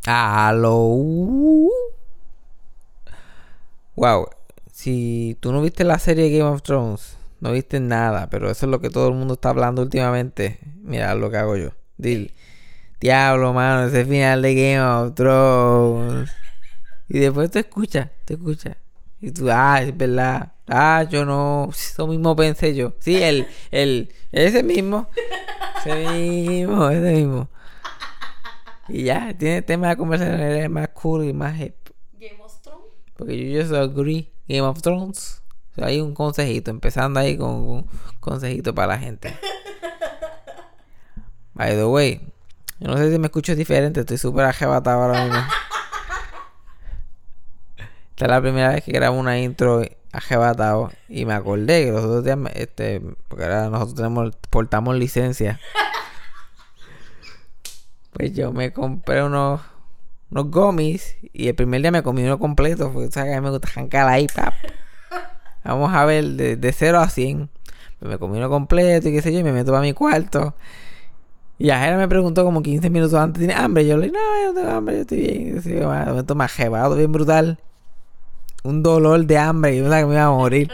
Aló. Wow. Si tú no viste la serie Game of Thrones, no viste nada, pero eso es lo que todo el mundo está hablando últimamente. Mira lo que hago yo. Dile, diablo, mano, ese final de Game of Thrones. Y después te escucha. Y tú, es verdad. Yo no. Eso mismo pensé yo. Sí, ese mismo. Ese mismo. Y ya, tiene tema de conversación más cool y más hip. Game of Thrones. Porque yo just agree. Game of Thrones. O sea, hay un consejito. Empezando ahí con un consejito para la gente. By the way, yo no sé si me escucho diferente. Estoy súper arrebatado ahora mismo. Esta es la primera vez que grabo una intro arrebatado. Y me acordé que los otros días, porque ahora nosotros portamos licencia. Pues yo me compré unos gummies. Y el primer día me comí uno completo. Porque sabes que a mí me gusta jancar ahí, pap. Vamos a ver de 0 a 100. Pues me comí uno completo y qué sé yo. Y me meto para mi cuarto. Y Ajera me preguntó como 15 minutos antes: ¿tienes hambre? Y yo le dije: no, yo no tengo hambre, yo estoy bien. Y de momento me ha jebado bien brutal. Un dolor de hambre. Yo pensaba que me iba a morir.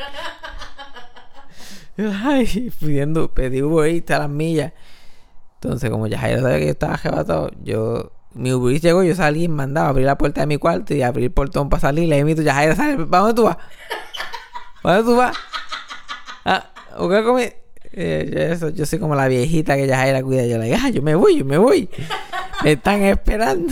Pedí Uber Eats a las millas. Entonces, como Yajaira sabía que yo estaba arrebatado, mi Uber Eats llegó, yo salí y mandaba a abrir la puerta de mi cuarto y abrir el portón para salir. Le invito, Yajaira, sale, ¿para dónde tú vas? ¿Para dónde tú vas? ¿O qué comí? Yo soy como la viejita que Yajaira cuida. Yo le digo, yo me voy. Me están esperando.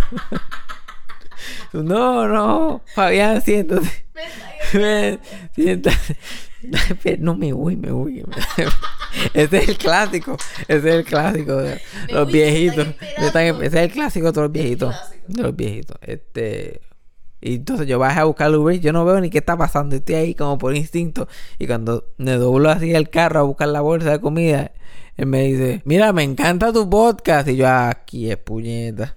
No, Fabián, siéntate. Siéntate. No, me voy. Ese es el clásico de los viejitos. Ese es el clásico de todos los viejitos. Y entonces yo bajé a buscar Uber Eats, yo no veo ni qué está pasando, estoy ahí como por instinto. Y cuando me doblo así el carro a buscar la bolsa de comida, él me dice: mira, me encanta tu podcast. Y yo, aquí es puñeta.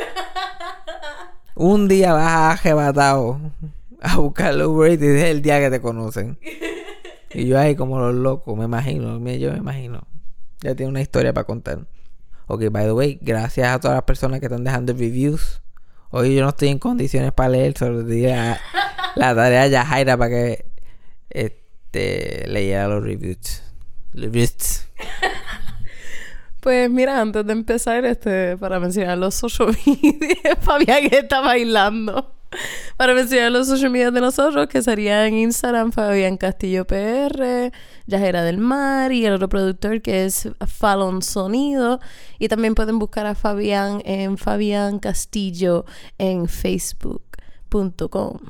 Un día vas a arrebatado a buscar Uber Eats y es el día que te conocen. Y yo ahí como los locos, yo me imagino. Ya tiene una historia para contar. Ok, by the way, gracias a todas las personas que están dejando reviews. Hoy yo no estoy en condiciones para leer, solo di la tarea a Yajaira para que leyera los reviews. Pues mira, antes de empezar, para mencionar los social media, Fabián está bailando. Para mencionar los social media de nosotros, que serían en Instagram Fabián Castillo PR, Yajera del Mar, y el otro productor que es Fallon Sonido. Y también pueden buscar a Fabián en Fabián Castillo en facebook.com.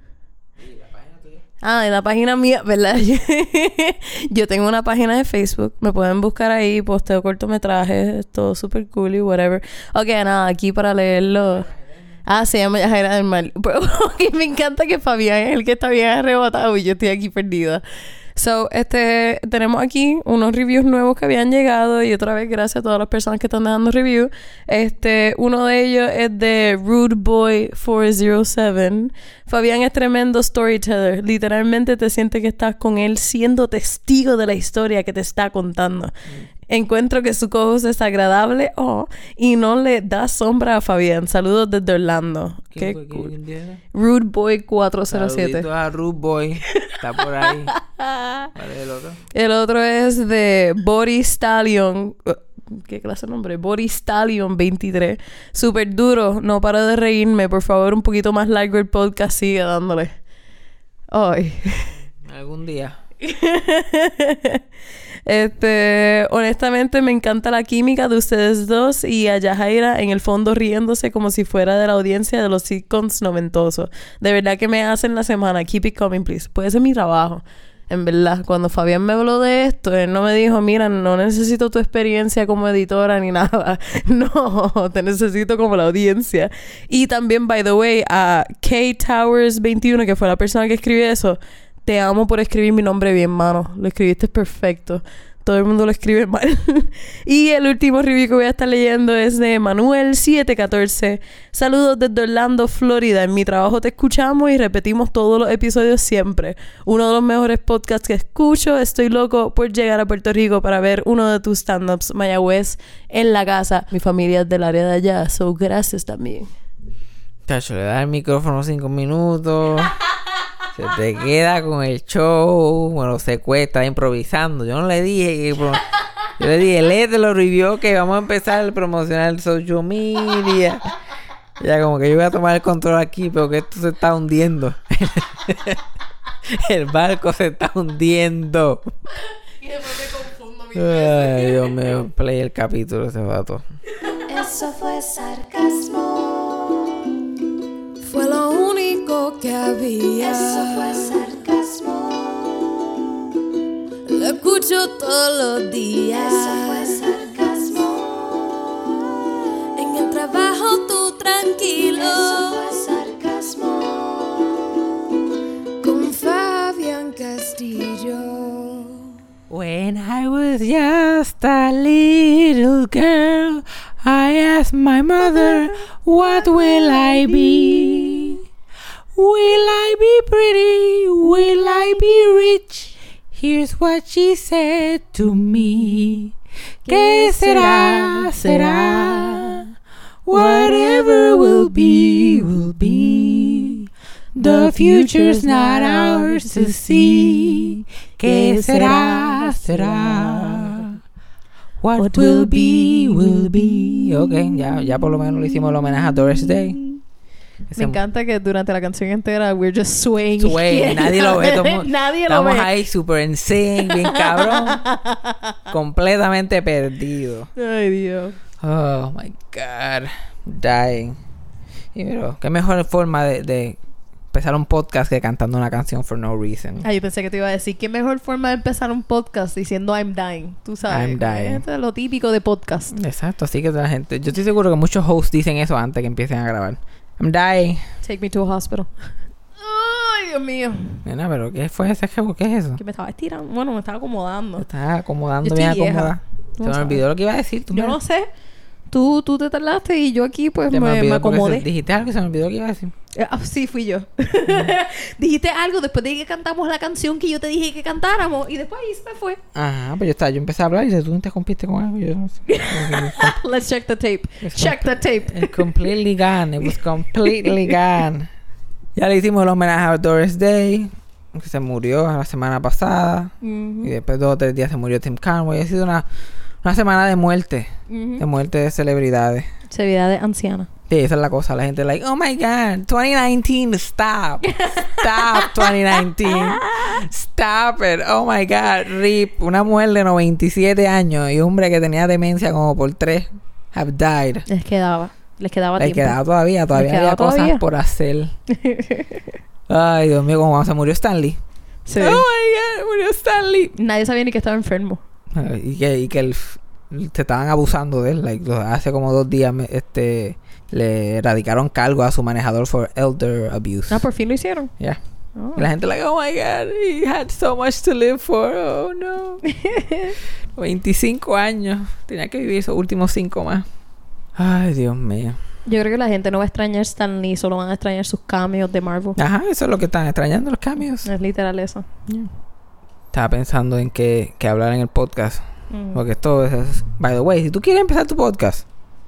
En la página mía, ¿verdad? Yo tengo una página de Facebook. Me pueden buscar ahí. Posteo cortometrajes. Todo súper cool y whatever. Ok, nada. Aquí para leerlo. Se llama Yajera del Mar. Pero me encanta que Fabián es el que está bien arrebatado y yo estoy aquí perdida. So, tenemos aquí unos reviews nuevos que habían llegado, y otra vez gracias a todas las personas que están dando review. Uno de ellos es de Rude Boy 407. Fabián es tremendo storyteller. Literalmente te sientes que estás con él siendo testigo de la historia que te está contando. Encuentro que su co-host es agradable y no le da sombra a Fabián. Saludos desde Orlando. Qué cool. Rude Boy 407. Saluditos a Rude Boy. Está por ahí. ¿Cuál es el otro? El otro es de Body Stallion. ¿Qué clase de nombre? Body Stallion 23. Súper duro. No paro de reírme. Por favor, un poquito más largo el podcast. Sigue dándole. Ay. Algún día. Honestamente me encanta la química de ustedes dos, y a Yajaira en el fondo riéndose como si fuera de la audiencia de los sitcoms noventosos. De verdad que me hacen la semana. Keep it coming, please. Puede ser mi trabajo. En verdad, cuando Fabián me habló de esto, él no me dijo: mira, no necesito tu experiencia como editora ni nada. No, te necesito como la audiencia. Y también, by the way, a K-Towers21, que fue la persona que escribió eso: te amo por escribir mi nombre bien, mano. Lo escribiste perfecto. Todo el mundo lo escribe mal. Y el último review que voy a estar leyendo es de Manuel714. Saludos desde Orlando, Florida. En mi trabajo te escuchamos y repetimos todos los episodios siempre. Uno de los mejores podcasts que escucho. Estoy loco por llegar a Puerto Rico para ver uno de tus stand-ups, Mayagüez, en la casa. Mi familia es del área de allá, so gracias también. Tacho, le da el micrófono 5 minutos. Se te queda con el show. Bueno, se cuesta improvisando. Yo no le dije que... Yo le dije, léete los reviews que vamos a empezar a promocionar el social media. Ya como que yo voy a tomar el control aquí, pero que esto se está hundiendo. El barco se está hundiendo. Y después me confundo. Ay, Dios mío, play el capítulo ese vato. Eso fue sarcasmo. Fue lo único que había. Eso fue sarcasmo. Lo escucho todos los días. Eso fue sarcasmo. En el trabajo tú tranquilo. Eso fue sarcasmo. Con Fabián Castillo. When I was just a little girl, I asked my mother, what will I be? Will I be pretty? Will I be rich? Here's what she said to me. ¿Qué será? Será. Whatever will be, will be. The future's not ours to see. ¿Qué será? Será. What will be, will be. Ok, ya por lo menos le hicimos el homenaje a Doris Day. Me encanta que durante la canción entera we're just swaying. Nadie lo ve. Nadie lo Estamos ve. ahí super en sync, bien cabrón. Completamente perdido. Ay, Dios. Oh my God. Dying. Y mira, qué mejor forma de empezar un podcast que cantando una canción for no reason. Ay, yo pensé que te iba a decir qué mejor forma de empezar un podcast diciendo I'm dying. Tú sabes. I'm dying. Esto es lo típico de podcast. Exacto, así que la gente... Yo estoy seguro que muchos hosts dicen eso antes que empiecen a grabar. I'm dying. Take me to a hospital. Ay, Dios mío. Nena, pero ¿qué fue ese jevo? ¿Qué es eso? Que me estaba estirando. Bueno, me estaba acomodando. Me estaba acomodando Yo bien estoy vieja. acomodada. Se No me sabes. olvidó lo que iba a decir. Yo no sé. Tú te tardaste y yo aquí pues Se me me olvidó porque acomodé. dijiste algo y se me olvidó lo que iba a decir. Sí, fui yo. Dijiste algo después de que cantamos la canción que yo te dije que cantáramos y después ahí se me fue. Ajá, pues yo empecé a hablar y tú interrumpiste con algo. Yo no sé. Let's check the tape. Check the tape. It's completely gone. It was completely gone. Ya le hicimos el homenaje a Doris Day, que se murió la semana pasada. Y después 2 o 3 días se murió Tim Conway. Ha sido una semana de muerte. De muerte de celebridades. Severidad de anciana. Sí, esa es la cosa. La gente like, oh my God, 2019, stop. Stop, 2019. Stop it. Oh my God, RIP. Una mujer de 97 años y un hombre que tenía demencia como por 3 have died. Les quedaba tiempo. quedaba todavía había cosas por hacer. Ay, Dios mío, como se murió Stanley. Sí. Oh my God, murió Stanley. Nadie sabía ni que estaba enfermo. Y que se estaban abusando de él. Like, hace como 2 días le radicaron cargo a su manejador for elder abuse. Ah, por fin lo hicieron. Yeah. Oh. Y la gente like, oh my God, he had so much to live for. Oh no. 25 años. Tenía que vivir esos últimos 5 más. Ay, Dios mío. Yo creo que la gente no va a extrañar Stan Lee, solo van a extrañar sus cameos de Marvel. Ajá, eso es lo que están extrañando, los cambios. Es literal eso. Estaba pensando en que hablar en el podcast. Porque esto es... By the way, si tú quieres empezar tu podcast...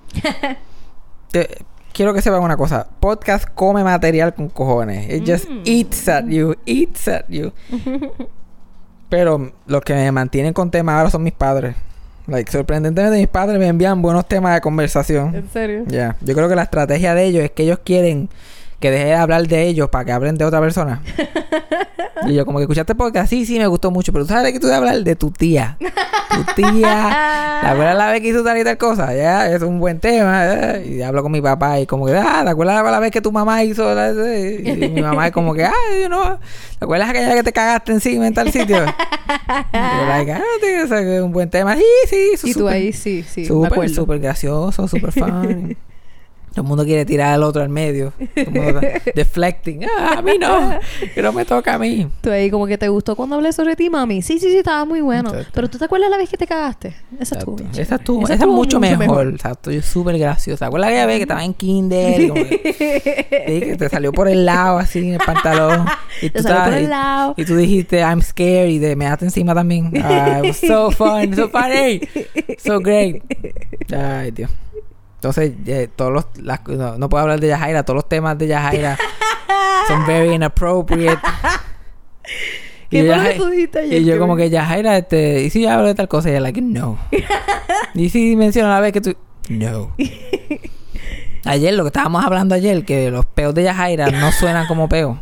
quiero que sepan una cosa. Podcast come material con cojones. It just eats at you. Pero los que me mantienen con temas ahora son mis padres. Like, sorprendentemente mis padres me envían buenos temas de conversación. ¿En serio? Ya. Yo creo que la estrategia de ellos es que ellos quieren que deje de hablar de ellos para que hablen de otra persona. Y yo como que escuchaste el podcast, sí, me gustó mucho, pero tú sabes que tú debes hablar de tu tía. Tu tía, ¿te acuerdas la vez que hizo tal y tal cosa? Ya, es un buen tema. Y hablo con mi papá y como que, ¿te acuerdas la vez que tu mamá hizo? Y mi mamá es como que, ¿te acuerdas aquella vez que te cagaste encima en tal sitio? Y yo like, tío, o sea, que es un buen tema. Sí, Y tú ahí, sí, me acuerdo. Súper gracioso, súper fun. Todo el mundo quiere tirar al otro al medio. Todo el mundo está deflecting. A mí no. Que no me toca a mí. Tú ahí como que te gustó cuando hablé sobre ti, mami. Sí, estaba muy bueno. Exacto. Pero ¿tú te acuerdas la vez que te cagaste? Esa Exacto. estuvo bien Esa chévere. es estuvo mucho mejor. Exacto. Yo súper graciosa. ¿Acuerdas aquella vez que estaba en kinder? Y como que te salió por el lado así en el pantalón. Y Te salió por el lado. Y tú dijiste, I'm scared. Y me daste encima también. It was so fun. So funny. So great. Ay, Dios. Entonces, no puedo hablar de Yajaira. Todos los temas de Yajaira son very inappropriate. ¿Qué fue lo que tú dijiste ayer? Y yo como que Yajaira, ¿y si yo hablo de tal cosa? Y ella like, no. ¿Y si menciono la vez que tú? No. Ayer, lo que estábamos hablando ayer, que los peos de Yajaira no suenan como peos.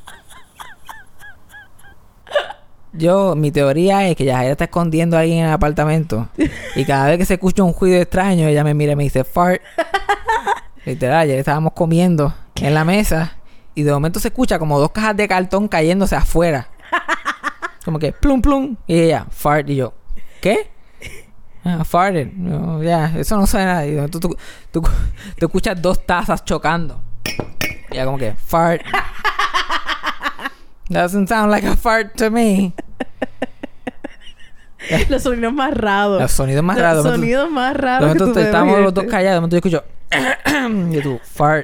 Mi teoría es que Yajaira está escondiendo a alguien en el apartamento. Y cada vez que se escucha un ruido extraño, ella me mira y me dice, fart. Literal, ayer estábamos comiendo en la mesa. Y de momento se escucha como 2 cajas de cartón cayéndose afuera. Como que plum plum. Y ella, fart. Y yo, ¿qué? Farted. No, ya, eso no suena. Y tú escuchas 2 tazas chocando. Y ella como que, fart. Doesn't sound like a fart to me. Los sonidos más raros. Los sonidos más raros. Los sonidos más raros que tú puedes estamos los dos oírte. callados. De momento yo escucho y tú, fart.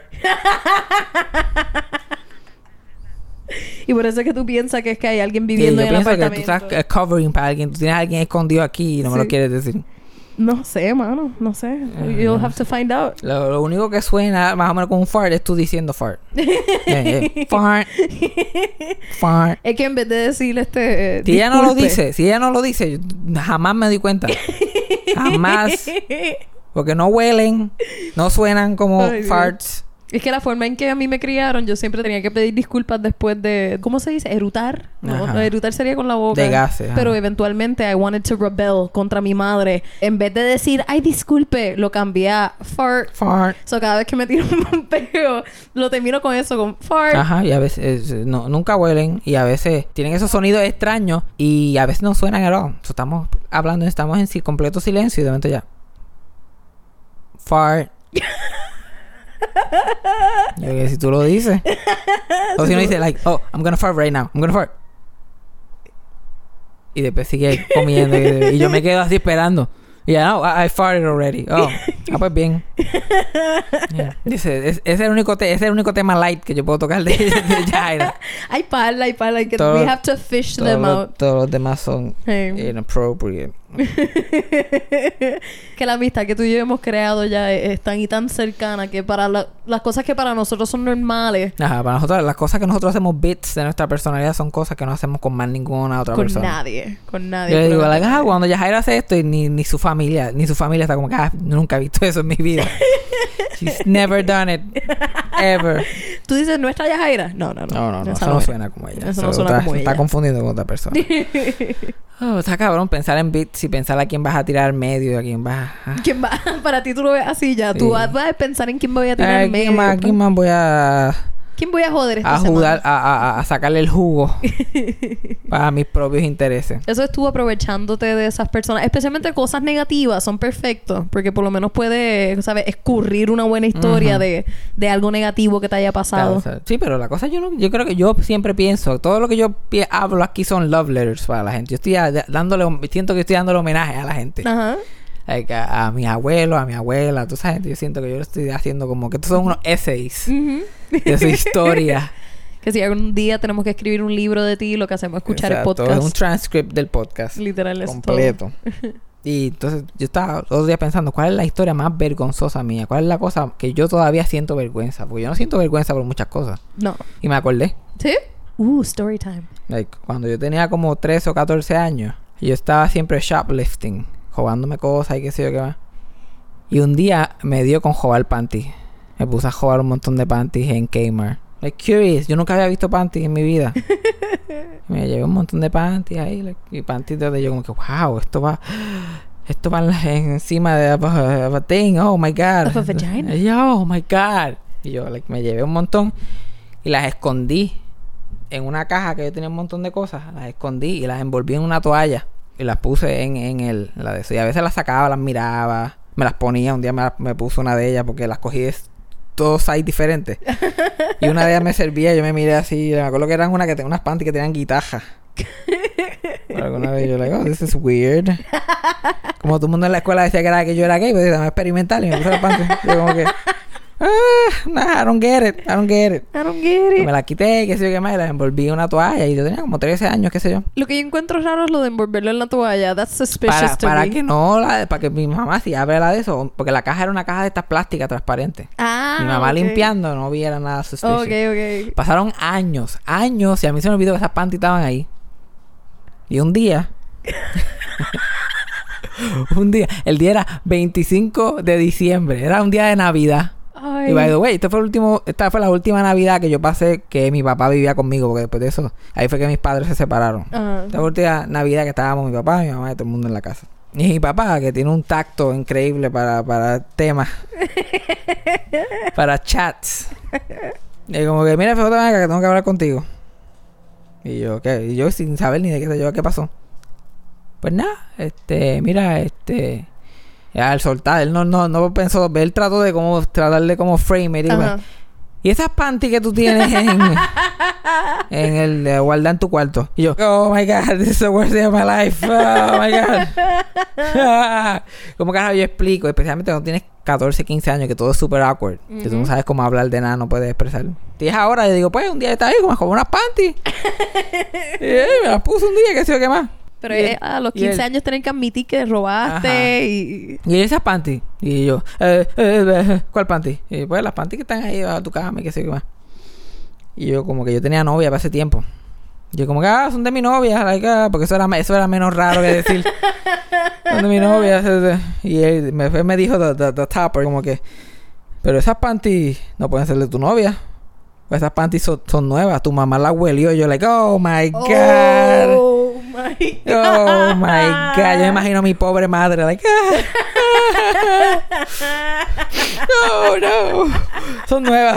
Y por eso es que tú piensas que es que hay alguien Sí, viviendo yo en el pienso que tú apartamento. estás covering para alguien. Tú tienes a alguien escondido aquí y no me lo Sí. quieres decir. No sé, mano. No sé. You'll have to find out. Lo único que suena más o menos como un fart es tú diciendo fart. Fart. Fart. Es que en vez de decir Si ella no lo disculpe, dice, yo jamás me doy cuenta. Jamás. Porque no huelen, no suenan como Ay, Dios. farts. Es que la forma en que a mí me criaron, yo siempre tenía que pedir disculpas después de... ¿Cómo se dice? Erutar. No, Ajá. erutar sería con la boca. De gases, ajá. Pero eventualmente I wanted to rebel contra mi madre. En vez de decir, ay, disculpe, lo cambié a fart. Fart. So, cada vez que me tiro un peo, lo termino con eso, con fart. Ajá, y a veces nunca huelen y a veces tienen esos sonidos extraños y a veces no suenan at all. So, estamos hablando, estamos en completo silencio y de momento ya. Fart. Yo que si tú lo dices. O si uno dice like, oh, I'm gonna fart right now. I'm gonna fart. Y después sigue comiendo y yo me quedo así esperando. Y ya, no, I farted already. Oh, pues bien. Yeah. Dice, ese es el único tema light que yo puedo tocar de Yajaira. Hay parla. Que Todo- we have to fish them out. Todos los demás son Hey. inappropriate. Que la amistad que tú y yo hemos creado ya es tan y tan cercana que para las cosas que para nosotros son normales, Ajá, para nosotros, las cosas que nosotros hacemos bits de nuestra personalidad son cosas que no hacemos con más ninguna otra con persona. nadie. Con nadie. Yo le digo, Pero- like, cuando Yajaira hace esto y ni su familia está como que, nunca he visto eso en mi vida. She's never done it. Ever. ¿Tú dices nuestra Yajaira? No. No, Esa eso no es. suena como ella. Eso no suena como se está ella. confundiendo con otra persona. Está cabrón pensar en bits y pensar a quién vas a tirar al medio y a quién vas a... ¿Quién va? Para ti tú lo ves así ya. Sí. Tú vas a pensar en quién voy a tirar en medio. ¿Quién más voy a ¿Quién voy a joder esta jugar, semana? a sacarle el jugo para mis propios intereses? Eso estuvo aprovechándote de esas personas. Especialmente cosas negativas son perfectos. Porque por lo menos puede, ¿sabes? Escurrir una buena historia Ujú. de algo negativo que te haya pasado. Claro, o sea, sí, pero la cosa yo creo que yo siempre pienso, todo lo que yo hablo aquí son love letters para la gente. Yo estoy siento que estoy dándole homenaje a la gente. Ajá. Like, a mis abuelos, a mi abuela, tú sabes, yo siento que yo lo estoy haciendo como que estos son unos essays Ujú. de su historia. Que si algún día tenemos que escribir un libro de ti, lo que hacemos es escuchar el Exacto, podcast. es un transcript del podcast Literal, es completo. Y entonces yo estaba otro día pensando, ¿cuál es la historia más vergonzosa mía? ¿Cuál es la cosa que yo todavía siento vergüenza? Porque yo no siento vergüenza por muchas cosas. No. Y me acordé. ¿Sí? Story time. Like, cuando yo tenía como 13 o 14 años, yo estaba siempre shoplifting, robándome cosas y qué sé yo qué más. Y un día me dio con robar panties. Me puse a robar un montón de panties en Kmart. Like, curious. Yo nunca había visto panties en mi vida. Me llevé un montón de panties ahí. Like, y panties donde yo como que, wow, esto va encima de a thing. Oh, my God. Of a vagina. Oh, my God. Y yo, like, me llevé un montón y las escondí en una caja que yo tenía un montón de cosas. Las escondí y las envolví en una toalla. Y las puse en la de eso. Y a veces las sacaba, las miraba, me las ponía. Un día me puse una de ellas porque las cogí dos sites diferentes. Y una de ellas me servía, yo me miré así, me acuerdo que eran unas panties que tenían guitarra. Pero alguna vez yo like, oh, this is weird. Como todo el mundo en la escuela decía que yo era gay, pues déjame experimentar y me puse las panties. Yo como que, nah, I don't get it. Me la quité, qué sé yo qué más, y la envolví en una toalla y yo tenía como 13 años, qué sé yo. Lo que yo encuentro raro es lo de envolverlo en la toalla. That's suspicious to Para me. que no, para que mi mamá si abre la de eso, porque la caja era una caja de estas plásticas transparentes. Mi mamá ok. limpiando no viera nada suspicious. Ok. Pasaron años, y a mí se me olvidó que esas panties estaban ahí. Y un día, el día era 25 de diciembre, era un día de Navidad. Ay. Y by the way, esta fue la última Navidad que yo pasé que mi papá vivía conmigo, porque después de eso, ahí fue que mis padres se separaron. Ajá. Esta fue la última Navidad que estábamos mi papá, mi mamá y todo el mundo en la casa. Y mi papá, que tiene un tacto increíble para temas, para chats. Y como que, mira, Fejo, ven acá que tengo que hablar contigo. Y yo, ¿qué? Y yo sin saber ni de qué sé yo, ¿qué pasó? Pues nada, mira, al soltar, él no pensó, él trató de como tratarle como frame it, Ajá. y esas panties que tú tienes en el guardar en tu cuarto. Y yo, oh my God, this is the worst day of my life. Oh my God. ¿Cómo carajo yo explico? Especialmente cuando tienes 14, 15 años, que todo es super awkward. Que tú no sabes cómo hablar de nada, no puedes expresar. Y es ahora, yo digo, pues un día estaba ahí, como unas panties. Y me las puse un día, qué sé yo qué más. Pero Y a los y 15 años tener que admitir que robaste Ajá. Y esas panties. Y yo, ¿cuál panty? Y pues las panties que están ahí a tu cama y qué sé yo qué más. Y yo como que yo tenía novia para ese tiempo. Yo como que, son de mi novia, like, porque eso era menos raro que decir. Son de mi novia. Y él me dijo the topper, como que, pero esas panties no pueden ser de tu novia. Esas panties son nuevas. Tu mamá las huelió. Y yo like, oh my God. Oh my God. Oh my God. Yo me imagino a mi pobre madre like, no. Son nuevas.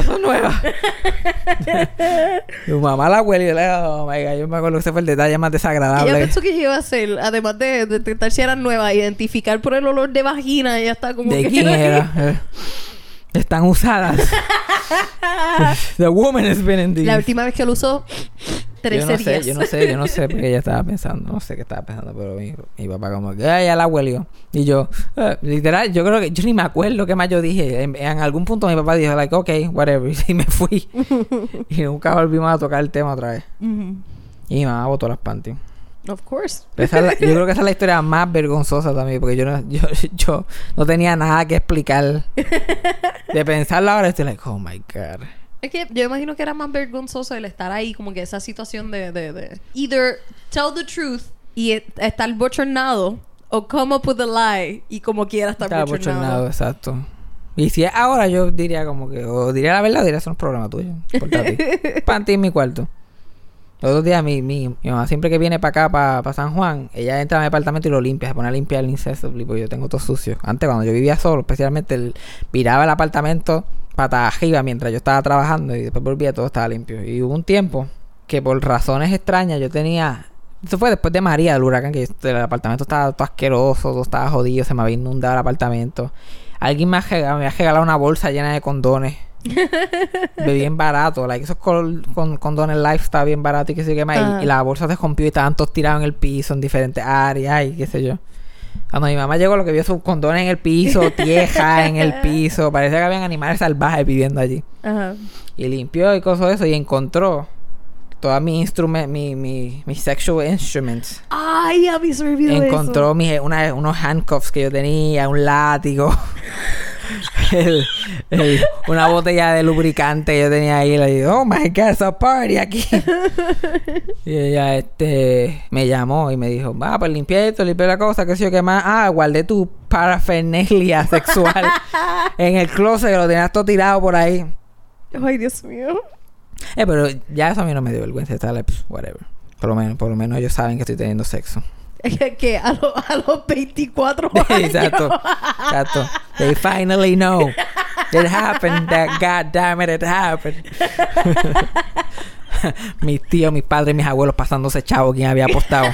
Tu mamá la huele y yo like, oh my God. Yo me acuerdo que ese fue el detalle más Ella desagradable. pensó que iba a hacer, además de detectar si eran nuevas, identificar por el olor de vagina. Ella está como ¿De que... quién era? Están usadas. The woman has been in these. La última vez que lo usó, 13 días. Yo no sé porque ella estaba pensando. No sé qué estaba pensando, pero mi papá como que ya la huelió. Y yo, literal, yo creo que yo ni me acuerdo qué más yo dije. En algún punto mi papá dijo, like, okay, whatever. Y me fui. Y nunca volvimos a tocar el tema otra vez. Ujú. Y mi mamá botó las panties. Of course. Yo creo que esa es la historia más vergonzosa también, porque yo no tenía nada que explicar. De pensarlo ahora estoy like, oh my God. Es que yo imagino que era más vergonzoso el estar ahí, como que esa situación de either tell the truth y estar bochornado, o come up with a lie y como quiera estar Estaba bochornado. bochornado, exacto. Y si es ahora, yo diría como que, o diría la verdad, o diría, eso no es problema tuyo. Importa a ti. Panty en mi cuarto. Los otros días, mi mamá siempre que viene para acá, para San Juan, ella entra a mi apartamento y lo limpia, se pone a limpiar el incessantly, porque yo tengo todo sucio. Antes, cuando yo vivía solo, especialmente, viraba el apartamento patas arriba mientras yo estaba trabajando y después volvía, todo estaba limpio. Y hubo un tiempo que por razones extrañas yo tenía... Eso fue después de María, del huracán, que el apartamento estaba todo asqueroso, todo estaba jodido, se me había inundado el apartamento. Alguien me había regalado una bolsa llena de condones. De bien barato, like, esos condones Life estaba bien barato y qué sé yo qué más. Y la bolsa se rompió y estaban todos tirados en el piso en diferentes áreas y qué sé yo. Cuando mi mamá llegó, lo que vio sus condones en el piso, tiejas en el piso, parecía que habían animales salvajes viviendo allí. Ajá. Y limpió y cosas de eso y encontró todas mis sexual instruments. Ay, a mí se me olvidó Encontró unos handcuffs que yo tenía, un látigo. Una botella de lubricante que yo tenía ahí. Le digo, oh my God, it's a party aquí. Y ella me llamó y me dijo, pues limpié la cosa, qué sé yo, qué más. Guardé tu parafernalia sexual en el closet, que lo tenías todo tirado por ahí. Ay, Dios mío. Pero ya eso a mí no me dio vergüenza. Está like, whatever. Por lo menos ellos saben que estoy teniendo sexo. Que a los 24 años. Exacto. They finally know. It happened. That goddamn it happened. Mis tíos, mis padres, mis abuelos pasándose chavo quien había apostado.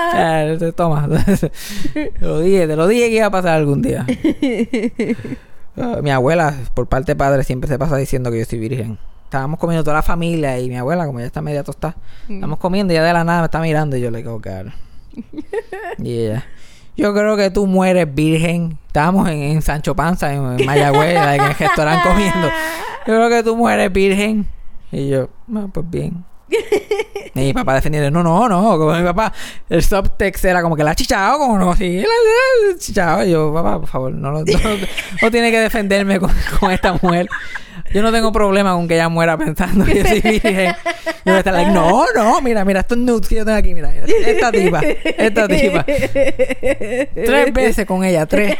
Toma. Te lo dije que iba a pasar algún día. Mi abuela, por parte de padre, siempre se pasa diciendo que yo soy virgen. Estábamos comiendo toda la familia y mi abuela, como ya está media tostada, estamos comiendo y ella de la nada me está mirando y yo le digo, cara. Y ella, yo creo que tú mueres virgen. Estábamos en Sancho Panza, en Mayagüez, en el restaurante comiendo. Yo creo que tú mueres virgen. Y yo, pues bien. Y mi papá defendiendo, no, como mi papá, el subtext era como que la chichao, como no, así, la chichao. Y yo, papá, por favor, no tiene que defenderme con esta mujer. Yo no tengo problema con que ella muera pensando que soy virgen. Yo voy a estar like, no, mira, estos nudes que yo tengo aquí, mira, esta tipa. 3 veces con ella, 3.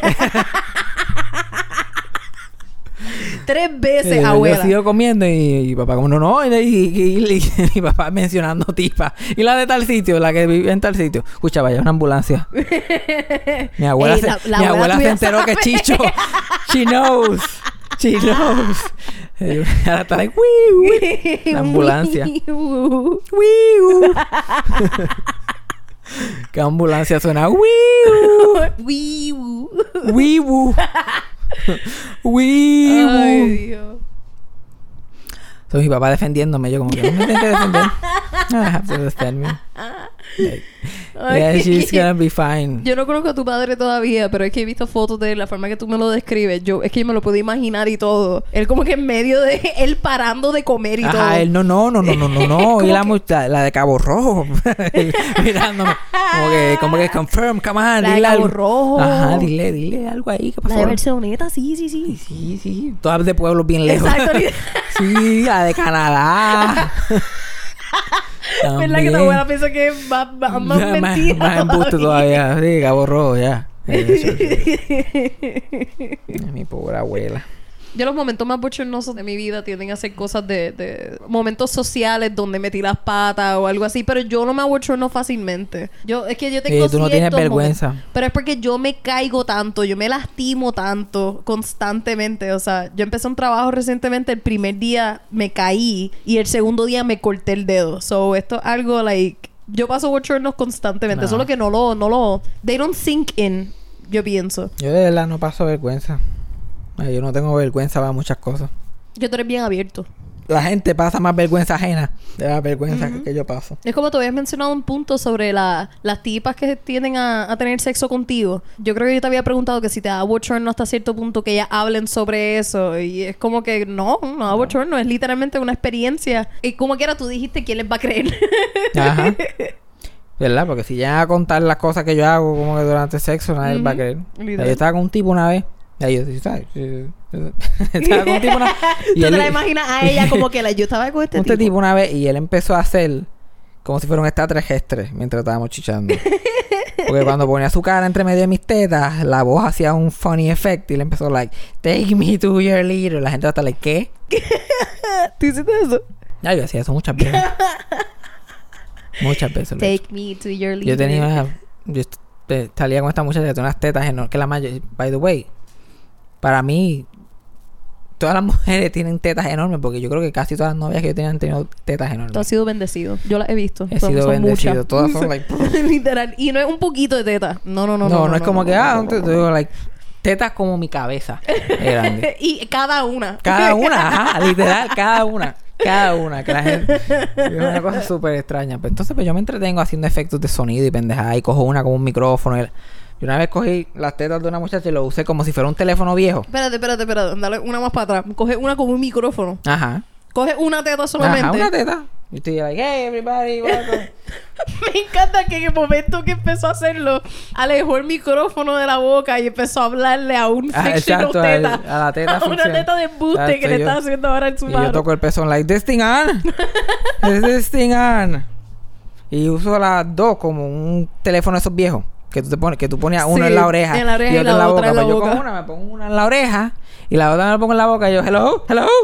3 veces, abuela. Yo sigo comiendo y papá como no, y mi papá mencionando tipa. Y la de tal sitio, la que vive en tal sitio. Escucha, vaya, una ambulancia. Mi abuela, mi abuela se enteró que Chicho. She knows. Ahora está like, wii. La ambulancia. Wii. ¿Qué ambulancia suena? Wii. Ay, Dios. So, mi papá defendiéndome, yo como que no me tienes que defender. I have to defend me. Like, yeah, she's gonna be fine. Yo no conozco a tu padre todavía, pero es que he visto fotos de él, la forma que tú me lo describes. Es que yo me lo puedo imaginar y todo. Él como que en medio de él parando de comer y todo. Ajá, él no. Y la de Cabo Rojo mirándome. Como que confirm, come on, la de dile Cabo algo. Rojo. Ajá, dile algo ahí, ¿qué pasó? La de Barceloneta, sí. Sí. Todas de pueblos bien lejos. Exacto. Sí, la de Canadá. ¿Verdad que tu abuela piensa que es más mentira? Más embuste todavía. Sí, Cabo Rojo, ya. Mi pobre abuela. Yo los momentos más bochornosos de mi vida tienden a ser cosas de momentos sociales donde metí las patas o algo así, pero yo no me abochorno fácilmente. Es que yo tengo tú no tienes vergüenza. Pero es porque yo me caigo tanto, yo me lastimo tanto constantemente. O sea, yo empecé un trabajo recientemente, el primer día me caí y el segundo día me corté el dedo. So, esto es algo like... Yo paso bochornos constantemente. No. Solo que no lo... They don't sink in, yo pienso. Yo de verdad no paso vergüenza. Yo no tengo vergüenza para muchas cosas. Yo tú eres bien abierto. La gente pasa más vergüenza ajena de la vergüenza que yo paso. Es como tú habías mencionado un punto sobre las tipas que tienden a tener sexo contigo. Yo creo que yo te había preguntado que si te da bochorno hasta cierto punto que ellas hablen sobre eso. Y es como que no da bochorno. Es literalmente una experiencia. Y como quiera tú dijiste, ¿quién les va a creer? Ajá. ¿Verdad? Porque si llegan a contar las cosas que yo hago como que durante el sexo, nadie les va a creer. Yo estaba con un tipo una vez. Y yo, ¿sabes? Estaba con un tipo una vez. Tú te la imaginas a ella como que yo estaba con este tipo una vez y él empezó a hacer como si fuera un extraterrestre mientras estábamos chichando. Porque cuando ponía su cara entre medio de mis tetas, la voz hacía un funny effect y él empezó like, take me to your leader. La gente va a estar like, ¿qué? ¿Tú hiciste eso? Ya, yo hacía eso muchas veces. Muchas veces. Take me to your leader. Yo salía con esta muchacha que tiene unas tetas enormes. Que la mayor, by the way, para mí, todas las mujeres tienen tetas enormes. Porque yo creo que casi todas las novias que yo tenía han tenido tetas enormes. Tú has sido bendecido. Yo las he visto. He sido bendecido. Muchas. Todas son like... Literal. Y no es un poquito de teta. No. No es como que, digo, like... Tetas como mi cabeza. Es grande. Y cada una. Ajá. Literal, cada una. Que la gente... Es una cosa súper extraña. Pero entonces, yo me entretengo haciendo efectos de sonido y pendejada. Y cojo una como un micrófono. Yo una vez cogí las tetas de una muchacha y lo usé como si fuera un teléfono viejo. Espérate. Dale una más para atrás. Coge una como un micrófono. Ajá. Coge una teta solamente. Ajá, una teta. Y estoy like, hey, everybody, welcome. Me encanta que en el momento que empezó a hacerlo, alejó el micrófono de la boca y empezó a hablarle a un fictional teta. A la teta una teta de embuste que le está haciendo ahora en su mano. Y yo toco el pezón like, this thing on. This thing on. Y uso las dos como un teléfono de esos viejos. Que tú ponías uno en la oreja. En la oreja y otro en la boca. En la Pues yo boca. con una me pongo una en la oreja. Y la otra me la pongo en la boca. Y yo, hello.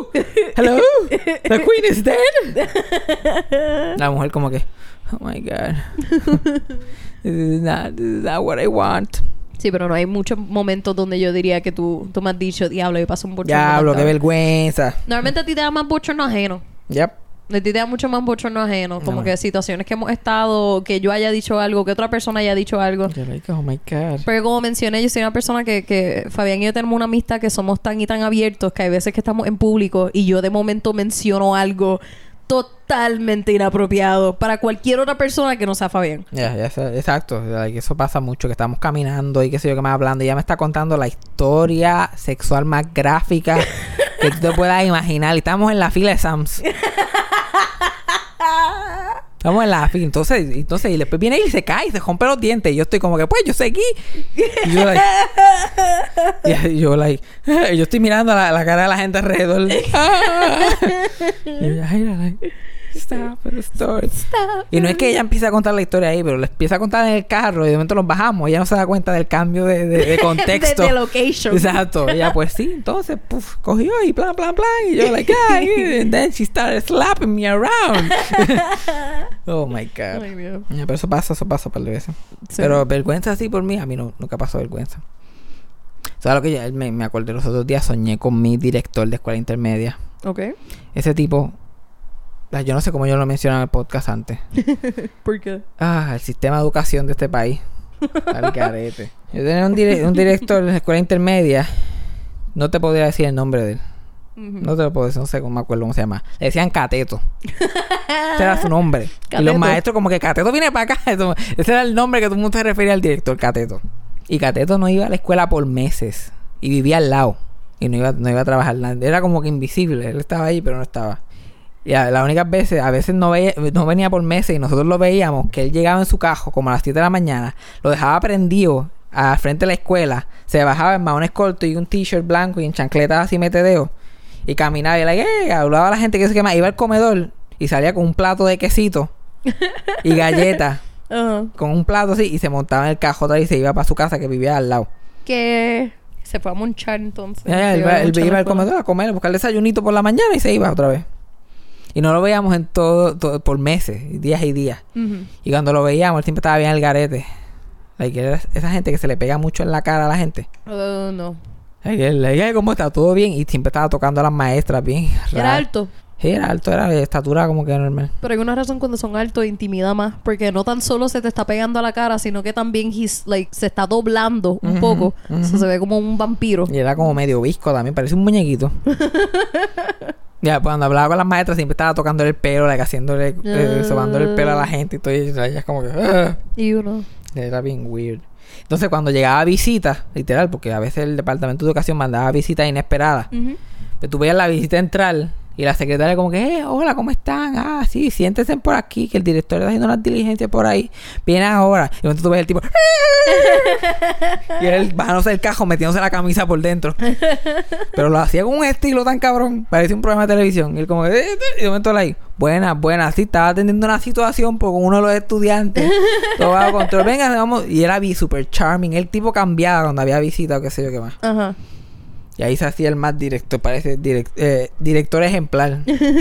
The queen is dead. La mujer como que, oh my God. This is not what I want. Sí, pero no hay muchos momentos donde yo diría que tú me has dicho, diablo, yo paso un bochorno. Diablo, qué vergüenza. Normalmente a ti te da más bochorno ajeno. Yep. A ti te da mucho más bochorno ajeno. Como No. que situaciones que hemos estado, que yo haya dicho algo, que otra persona haya dicho algo. Yo like, oh my God. Pero como mencioné, yo soy una persona que Fabián y yo tenemos una amistad que somos tan y tan abiertos que hay veces que estamos en público y yo de momento menciono algo totalmente inapropiado para cualquier otra persona que no sea Fabián. Exacto. Like, eso pasa mucho, que estamos caminando y qué sé yo, que me hablando y ella me está contando la historia sexual más gráfica que tú te puedas imaginar. Y estamos en la fila de Sam's. Estamos en la fila. Entonces, y después viene y se cae y se rompe los dientes. Y yo estoy como que, pues, yo seguí. Y yo, y yo estoy mirando la cara de la gente alrededor. Y ella, like, stop the story. Y no es que ella empiece a contar la historia ahí, pero le empieza a contar en el carro y de momento nos bajamos. Ella no se da cuenta del cambio de contexto. de location. Exacto. Ella, pues sí, entonces, cogió y plan. Y yo, like, and then she started slapping me around. Oh my God. Ay, Dios. Pero eso pasa un par de veces. Sí. Pero vergüenza así por mí, a mí nunca pasó vergüenza. ¿Sabes lo que yo me acordé los otros días? Soñé con mi director de escuela intermedia. Ok. Ese tipo, yo no sé cómo yo lo mencioné en el podcast antes. ¿Por qué? El sistema de educación de este país. Al garete. Yo tenía un director de la escuela intermedia. No te podría decir el nombre de él. No te lo puedo decir, no sé cómo me acuerdo cómo se llama. Le decían Cateto. Ese era su nombre. Cateto. Y los maestros como que Cateto viene para acá. Ese era el nombre que todo el mundo se refería al director, Cateto. Y Cateto no iba a la escuela por meses. Y vivía al lado. Y no iba a trabajar nada. Era como que invisible. Él estaba ahí, pero no estaba. Y las únicas veces, a veces no venía por meses y nosotros lo veíamos, que él llegaba en su carro como a las 7 de la mañana, lo dejaba prendido al frente de la escuela, se bajaba en maones cortos y un t-shirt blanco y en chancletas así metedeo y caminaba y hablaba a la gente que se quema, iba al comedor y salía con un plato de quesito y galletas, con un plato así, y se montaba en el carro otra vez y se iba para su casa que vivía al lado. Que se fue a monchar entonces. Él iba al comedor a comer, a buscar el desayunito por la mañana y se iba otra vez. Y no lo veíamos en todo por meses, días y días. Y cuando lo veíamos, él siempre estaba bien al garete. Like, esa gente que se le pega mucho en la cara a la gente. No. ¿Cómo está? ¿Todo bien? Y siempre estaba tocando a las maestras bien raras. Era alto. Sí, era alto. Era de estatura como que normal. Pero hay una razón cuando son altos intimida más. Porque no tan solo se te está pegando a la cara, sino que también se está doblando un poco. O sea, se ve como un vampiro. Y era como medio visco también. Parece un muñequito. Ya, pues cuando hablaba con las maestras siempre estaba tocándole el pelo, haciéndole, sobándole el pelo a la gente y todo. Y ella es como que... Y uno... Era bien weird. Entonces cuando llegaba a visita, literal, porque a veces el departamento de educación mandaba visitas inesperadas. Pero tú veías la visita entrar y la secretaria como que, hola, ¿cómo están? Sí, siéntense por aquí, que el director está haciendo unas diligencias por ahí. Viene ahora. Y entonces tú ves el tipo... y él bajándose el cajo, metiéndose la camisa por dentro. Pero lo hacía con un estilo tan cabrón. Parecía un programa de televisión. Y él como que... Y de momento ahí... Buena. Sí, estaba atendiendo una situación con uno de los estudiantes. Todo bajo control. Venga, vamos. Y era super charming. El tipo cambiaba cuando había visita o qué sé yo qué más. Ajá. Y ahí se hacía el más directo. Parece director ejemplar.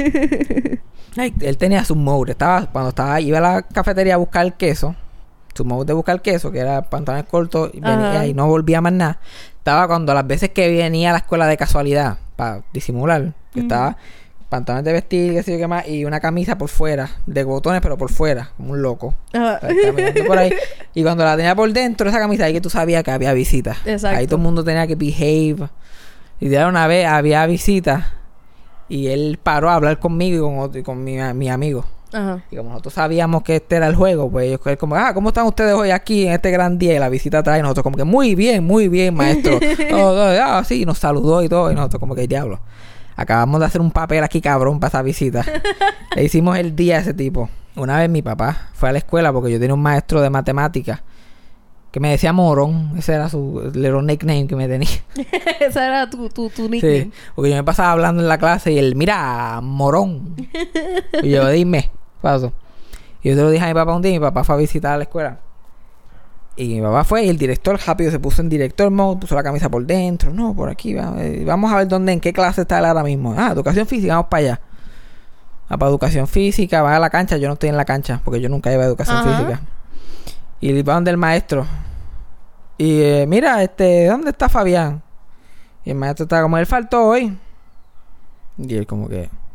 Él tenía su mode. Iba a la cafetería a buscar el queso. Su mode de buscar queso, que era pantalones cortos, y venía y no volvía más nada. Estaba cuando las veces que venía a la escuela de casualidad, para disimular, que estaba pantalones de vestir, qué sé yo qué más, y una camisa por fuera, de botones, pero por fuera, como un loco. Caminando por ahí. Y cuando la tenía por dentro, esa camisa, ahí que tú sabías que había visitas. Exacto. Ahí todo el mundo tenía que behave. Y de una vez había visitas. Y él paró a hablar conmigo y con mi amigo. Ajá. Y como nosotros sabíamos que este era el juego, pues él como, ¿cómo están ustedes hoy aquí en este gran día? Y la visita trae, y nosotros como que, muy bien, maestro. Sí, nos saludó y todo. Y nosotros como que, diablo, acabamos de hacer un papel aquí cabrón para esa visita. Le hicimos el día a ese tipo. Una vez mi papá fue a la escuela porque yo tenía un maestro de matemáticas que me decía Morón. Ese era su little nickname que me tenía. Ese era tu nickname. Sí, porque yo me pasaba hablando en la clase y él, mira, Morón. Y yo, dime, paso. Y yo te lo dije a mi papá un día y mi papá fue a visitar a la escuela. Y mi papá fue y el director rápido se puso en director mode, puso la camisa por dentro. No, por aquí, vamos a ver en qué clase está él ahora mismo. Educación física, vamos para allá. Para educación física, va a la cancha. Yo no estoy en la cancha porque yo nunca iba a educación física. Y va donde el maestro. Y mira, ¿dónde está Fabián? Y el maestro estaba como, él faltó hoy. Y él como que...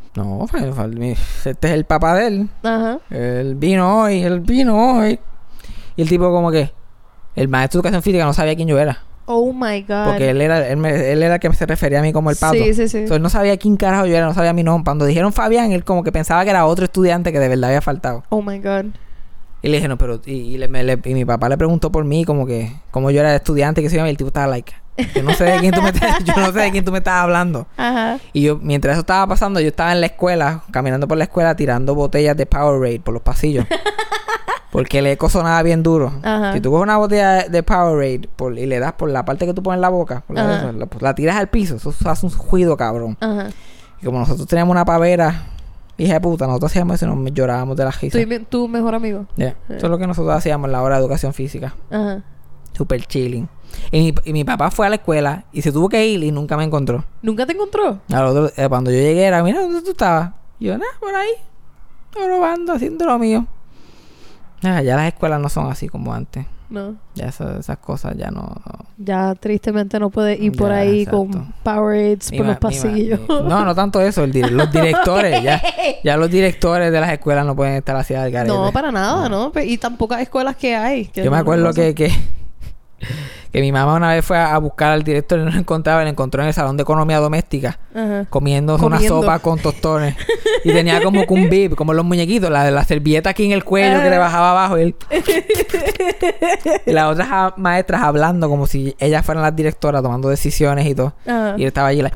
No, este es el papá de él. Ajá. Él vino hoy. Y el tipo como que... El maestro de educación física no sabía quién yo era. Oh my God. Porque él era el que se refería a mí como el pato. Sí. Entonces él no sabía quién carajo yo era, no sabía mi nombre. Cuando dijeron Fabián, él como que pensaba que era otro estudiante que de verdad había faltado. Oh my God. Y le dije, no, pero... Y mi papá le preguntó por mí como que... Como yo era estudiante, que se llama. Y el tipo estaba like... Yo no sé de quién tú me estás hablando. Ajá. Y yo, mientras eso estaba pasando, yo estaba en la escuela, caminando por la escuela, tirando botellas de Powerade por los pasillos. Porque el eco sonaba bien duro. Ajá. Si tú coges una botella de Powerade y le das por la parte que tú pones en la boca, la tiras al piso, eso hace un ruido cabrón. Ajá. Y como nosotros teníamos una pavera, hija de puta, nosotros hacíamos eso y nos llorábamos de la risa. Tu mejor amigo. Yeah. Eso es lo que nosotros hacíamos en la hora de educación física. Ajá. Super chilling. Y mi papá fue a la escuela y se tuvo que ir y nunca me encontró. ¿Nunca te encontró? Cuando yo llegué era, mira, ¿dónde tú estabas? Y yo, nada, por ahí. Probando, haciendo lo mío. Ya las escuelas no son así como antes. No. Ya esas cosas ya no... Ya tristemente no puedes ir por Ya, ahí exacto. con Powerades por los pasillos. No tanto eso. Los directores. ya los directores de las escuelas no pueden estar así al garete. No, para nada, ¿no? Y tampoco hay escuelas que hay. Yo me acuerdo que mi mamá una vez fue a buscar al director y no lo encontraba. Lo encontró en el salón de economía doméstica. Ajá. Comiendo una sopa con tostones. Y tenía como que un bib, como los muñequitos, la servilleta aquí en el cuello que le bajaba abajo. Y las otras maestras hablando como si ellas fueran las directoras tomando decisiones y todo. Ajá. Y él estaba allí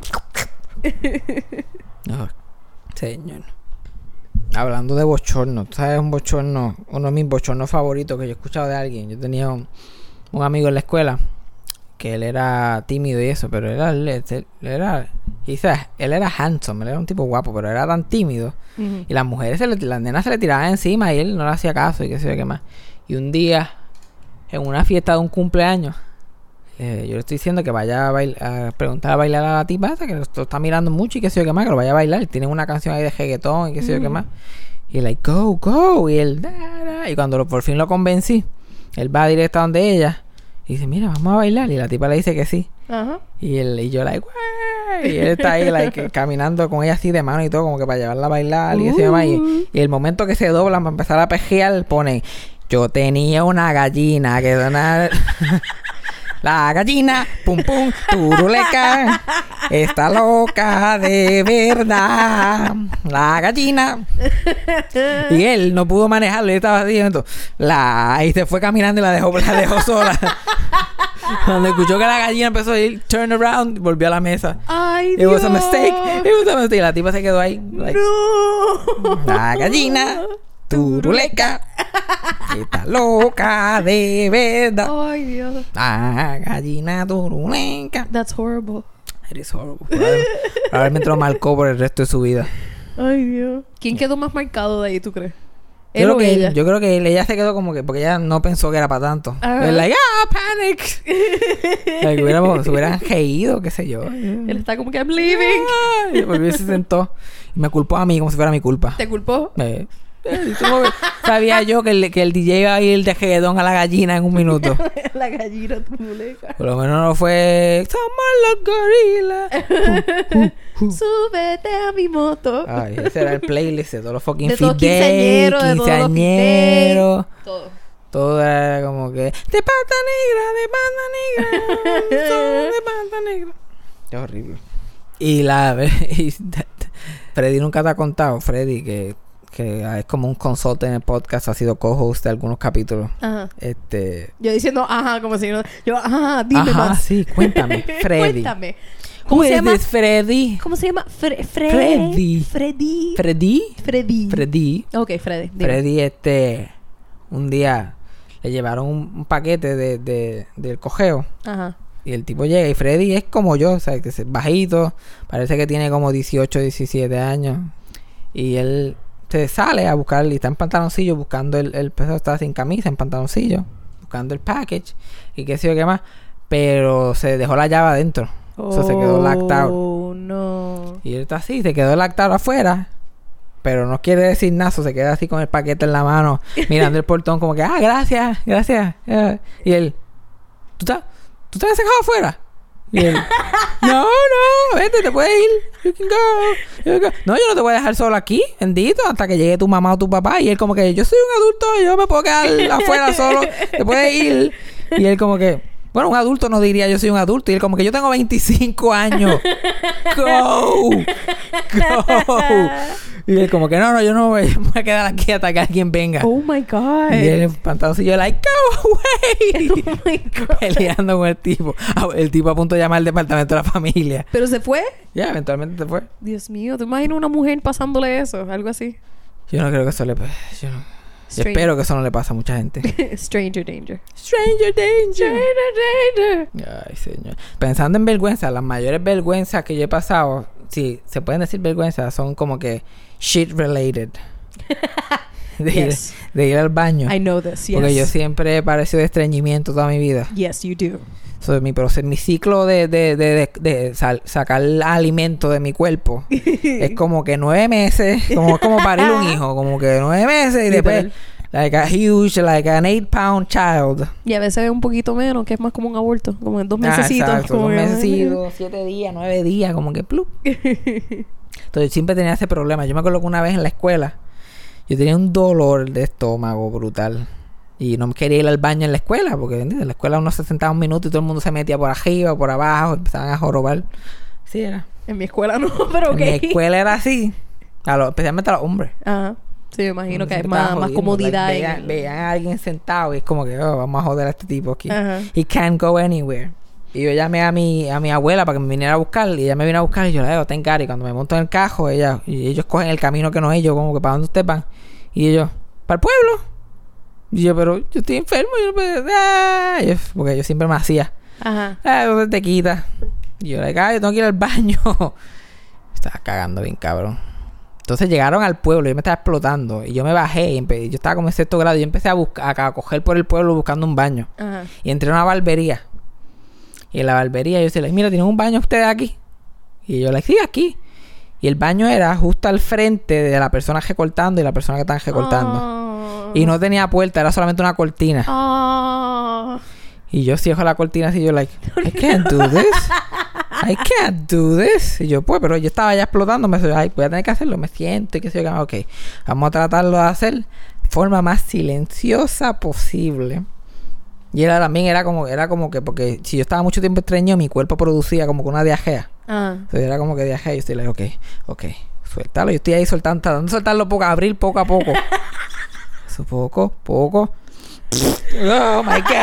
Oh, señor. Hablando de bochorno, ¿tú sabes un bochorno? Uno de mis bochornos favoritos que yo he escuchado de alguien. Yo tenía un amigo en la escuela que él era tímido y eso, pero quizás él era handsome, él era un tipo guapo, pero era tan tímido. Uh-huh. Y las mujeres, las nenas se le tiraban encima y él no le hacía caso y qué sé yo qué más. Y un día, en una fiesta de un cumpleaños, yo le estoy diciendo que vaya a preguntar a bailar a la tipa esa, que lo está mirando mucho y qué sé yo qué más, que lo vaya a bailar. Tienen una canción ahí de reggaetón y qué sé yo qué más. Y él, like, go. Y él, y cuando por fin lo convencí, él va directo a donde ella y dice, mira, vamos a bailar. Y la tipa le dice que sí. Ajá. Y yo, like, güey. Y él está ahí, like, caminando con ella así de mano y todo, como que para llevarla a bailar y así demás. Y el momento que se doblan para empezar a pejear, pone, yo tenía una gallina que dona... La gallina, pum pum, turuleca, está loca de verdad. La gallina. Y él no pudo manejarlo, él estaba diciendo, y se fue caminando y la dejó sola. Cuando escuchó que la gallina empezó a ir, turn around, volvió a la mesa. Ay, It Dios. was a mistake. Y la tipa se quedó ahí. Like, No. la gallina, turuleca, está loca de verdad. Ay, Dios. La gallina turuleca. That's horrible. It is horrible. Probablemente lo marcó por el resto de su vida. Ay, Dios. ¿Quién quedó más marcado de ahí, tú crees? Yo ¿Él creo o que ella? yo creo que ella se quedó como que porque ella no pensó que era para tanto. Ajá. Él like, panic. Like, se hubieran reído, qué sé yo. Él está como que I'm leaving. Y volvió y se sentó y me culpó a mí como si fuera mi culpa. ¿Te culpó? Sabía yo que el DJ iba a ir de reggaetón a la gallina en un minuto. La gallina turuleca. Por lo menos no fue somos los gorilas. Súbete a mi moto. Ay, ese era el playlist de todos los fucking De todos fit day, quinceañeros, de todos los fit day. Todo. Todo era como que de pata negra, son de pata negra. Qué horrible. Y Freddy nunca te ha contado, Freddy, que es como un consultant en el podcast, ha sido co-host de algunos capítulos. Ajá. Yo diciendo, ajá, como si no... Yo, ajá, dime ajá, más. sí, cuéntame, Freddy. Cuéntame. ¿Cómo se llama? Freddy. ¿Cómo se llama? Freddy. Freddy. Ok, Freddy. Dime. Freddy, un día le llevaron un paquete del cojeo. Ajá. Y el tipo llega y Freddy es como yo, o sea, que es bajito, parece que tiene como 18, 17 años. Y él se sale a buscar, y está en pantaloncillo buscando el peso, está sin camisa, en pantaloncillo, buscando el package y qué sé yo qué más. Pero se dejó la llave adentro. O sea, se quedó locked out. Oh, no. Y él está así, se quedó locked out afuera. Pero no quiere decir nada, se queda así con el paquete en la mano, mirando el portón como que, gracias. Y él, ¿tú estás dejado afuera? Y él, no, vete, te puedes ir. You can go. No, yo no te voy a dejar solo aquí, bendito, hasta que llegue tu mamá o tu papá. Y él como que, yo soy un adulto, yo me puedo quedar afuera solo, te puedes ir. Y él como que, bueno, un adulto no diría yo soy un adulto. Y él como que, yo tengo 25 años. Go. Y él como que, no, yo no me voy a quedar aquí hasta que alguien venga. Oh my God. Y él pantaloncillo, like, go away. Oh my God. Peleando con el tipo. El tipo a punto de llamar al departamento de la familia. ¿Pero se fue? Ya, eventualmente se fue. Dios mío, ¿te imaginas una mujer pasándole eso? Algo así. Yo no creo que eso le pase. Yo espero que eso no le pase a mucha gente. Stranger danger. Stranger danger. Stranger danger. Ay, señor. Pensando en vergüenza, las mayores vergüenzas que yo he pasado, sí, se pueden decir vergüenzas, son como que shit related. Yes. De ir al baño. I know this, yes. Porque yo siempre he padecido de estreñimiento toda mi vida. Yes, you do. So, mi ciclo de sacar alimento de mi cuerpo es como que 9 meses, como parir un hijo, como que 9 meses y después like a huge, like an 8-pound child. Y a veces un poquito menos, que es más como un aborto, como en 2 mesecitos. Exacto, como 2 que- mesecitos, 7 días, 9 días, como que plup. Entonces siempre tenía ese problema. Yo me acuerdo que una vez en la escuela yo tenía un dolor de estómago brutal. Y no quería ir al baño en la escuela, porque ¿entiendes? En la escuela uno se sentaba un minuto y todo el mundo se metía por arriba, por abajo, empezaban a jorobar. Sí, era. En mi escuela no, pero ok. En mi escuela era así. Especialmente a los hombres. Ajá. Sí, me imagino que hay Siempre estaban más jodiendo, comodidad. like, en el- veían a alguien sentado y es como que, oh, vamos a joder a este tipo aquí. Ajá. He can't go anywhere. Y yo llamé a mi abuela para que me viniera a buscar. Y ella me vino a buscar y yo le digo, ten cara. Y cuando me monto en el cajo, y ellos cogen el camino que no es. Yo como que, ¿para dónde ustedes van? Y ellos, ¿para el pueblo? Y yo, pero yo estoy enfermo. Y yo, pues, porque yo siempre me hacía. Ajá. ¿Dónde te quitas? Y yo le digo, yo tengo que ir al baño. Estaba cagando bien, cabrón. Entonces llegaron al pueblo, yo me estaba explotando. Y yo me bajé, y yo estaba como en 6º grado. Y yo empecé a coger por el pueblo buscando un baño. Ajá. Y entré a una barbería. Y en la barbería yo decía, mira, ¿tienen un baño ustedes aquí? Y yo le dije, sí, aquí. Y el baño era justo al frente de la persona recortando y la persona que estaba recortando. Oh. Y no tenía puerta, era solamente una cortina. Oh. Y yo cierro la cortina así, yo like, I can't do this. I can't do this. Y yo, pues, pero yo estaba ya explotando. Me decía, ay, voy a tener que hacerlo. Me siento y qué sé yo. Ok, vamos a tratarlo de hacer de forma más silenciosa posible. Y era como que, porque si yo estaba mucho tiempo estreñido, mi cuerpo producía como que una diarrea. Ah. Entonces era como que diarrea. Y yo estoy like, ok, suéltalo. Yo estoy ahí tratando de soltarlo abrir poco a poco. Eso poco. Oh my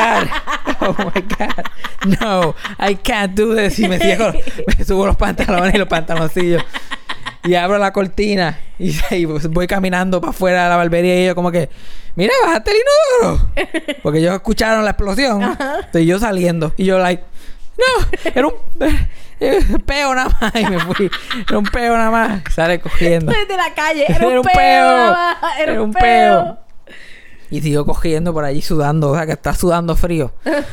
God. No, I can't do this. Y me subo los pantalones y los pantaloncillos. Y abro la cortina y voy caminando para afuera de la barbería y yo como que, mira, bajaste el inodoro. Porque ellos escucharon la explosión. Estoy yo saliendo. Y yo like, no, era un peo nada más. Y me fui. Era un peo nada más. Sale cogiendo. Desde la calle. Era un peo. peo. nada más. Era un peo. Y sigo cogiendo por allí sudando. O sea, que está sudando frío.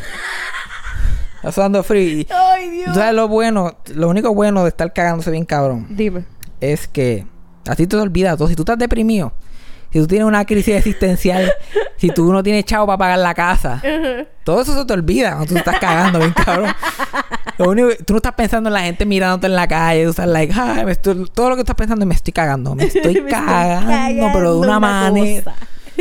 Está sudando frío. Y Ay, Dios. ¿tú sabes lo único bueno de estar cagándose bien cabrón? Dime. Es que a ti te olvida todo. Si tú estás deprimido, si tú tienes una crisis existencial, si tú no tienes chavo para pagar la casa, todo eso se te olvida cuando tú estás cagando bien cabrón. Lo único tú no estás pensando en la gente mirándote en la calle, tú estás like, ay, todo lo que estás pensando es me estoy cagando, me estoy cagando, pero de una manera. cosa.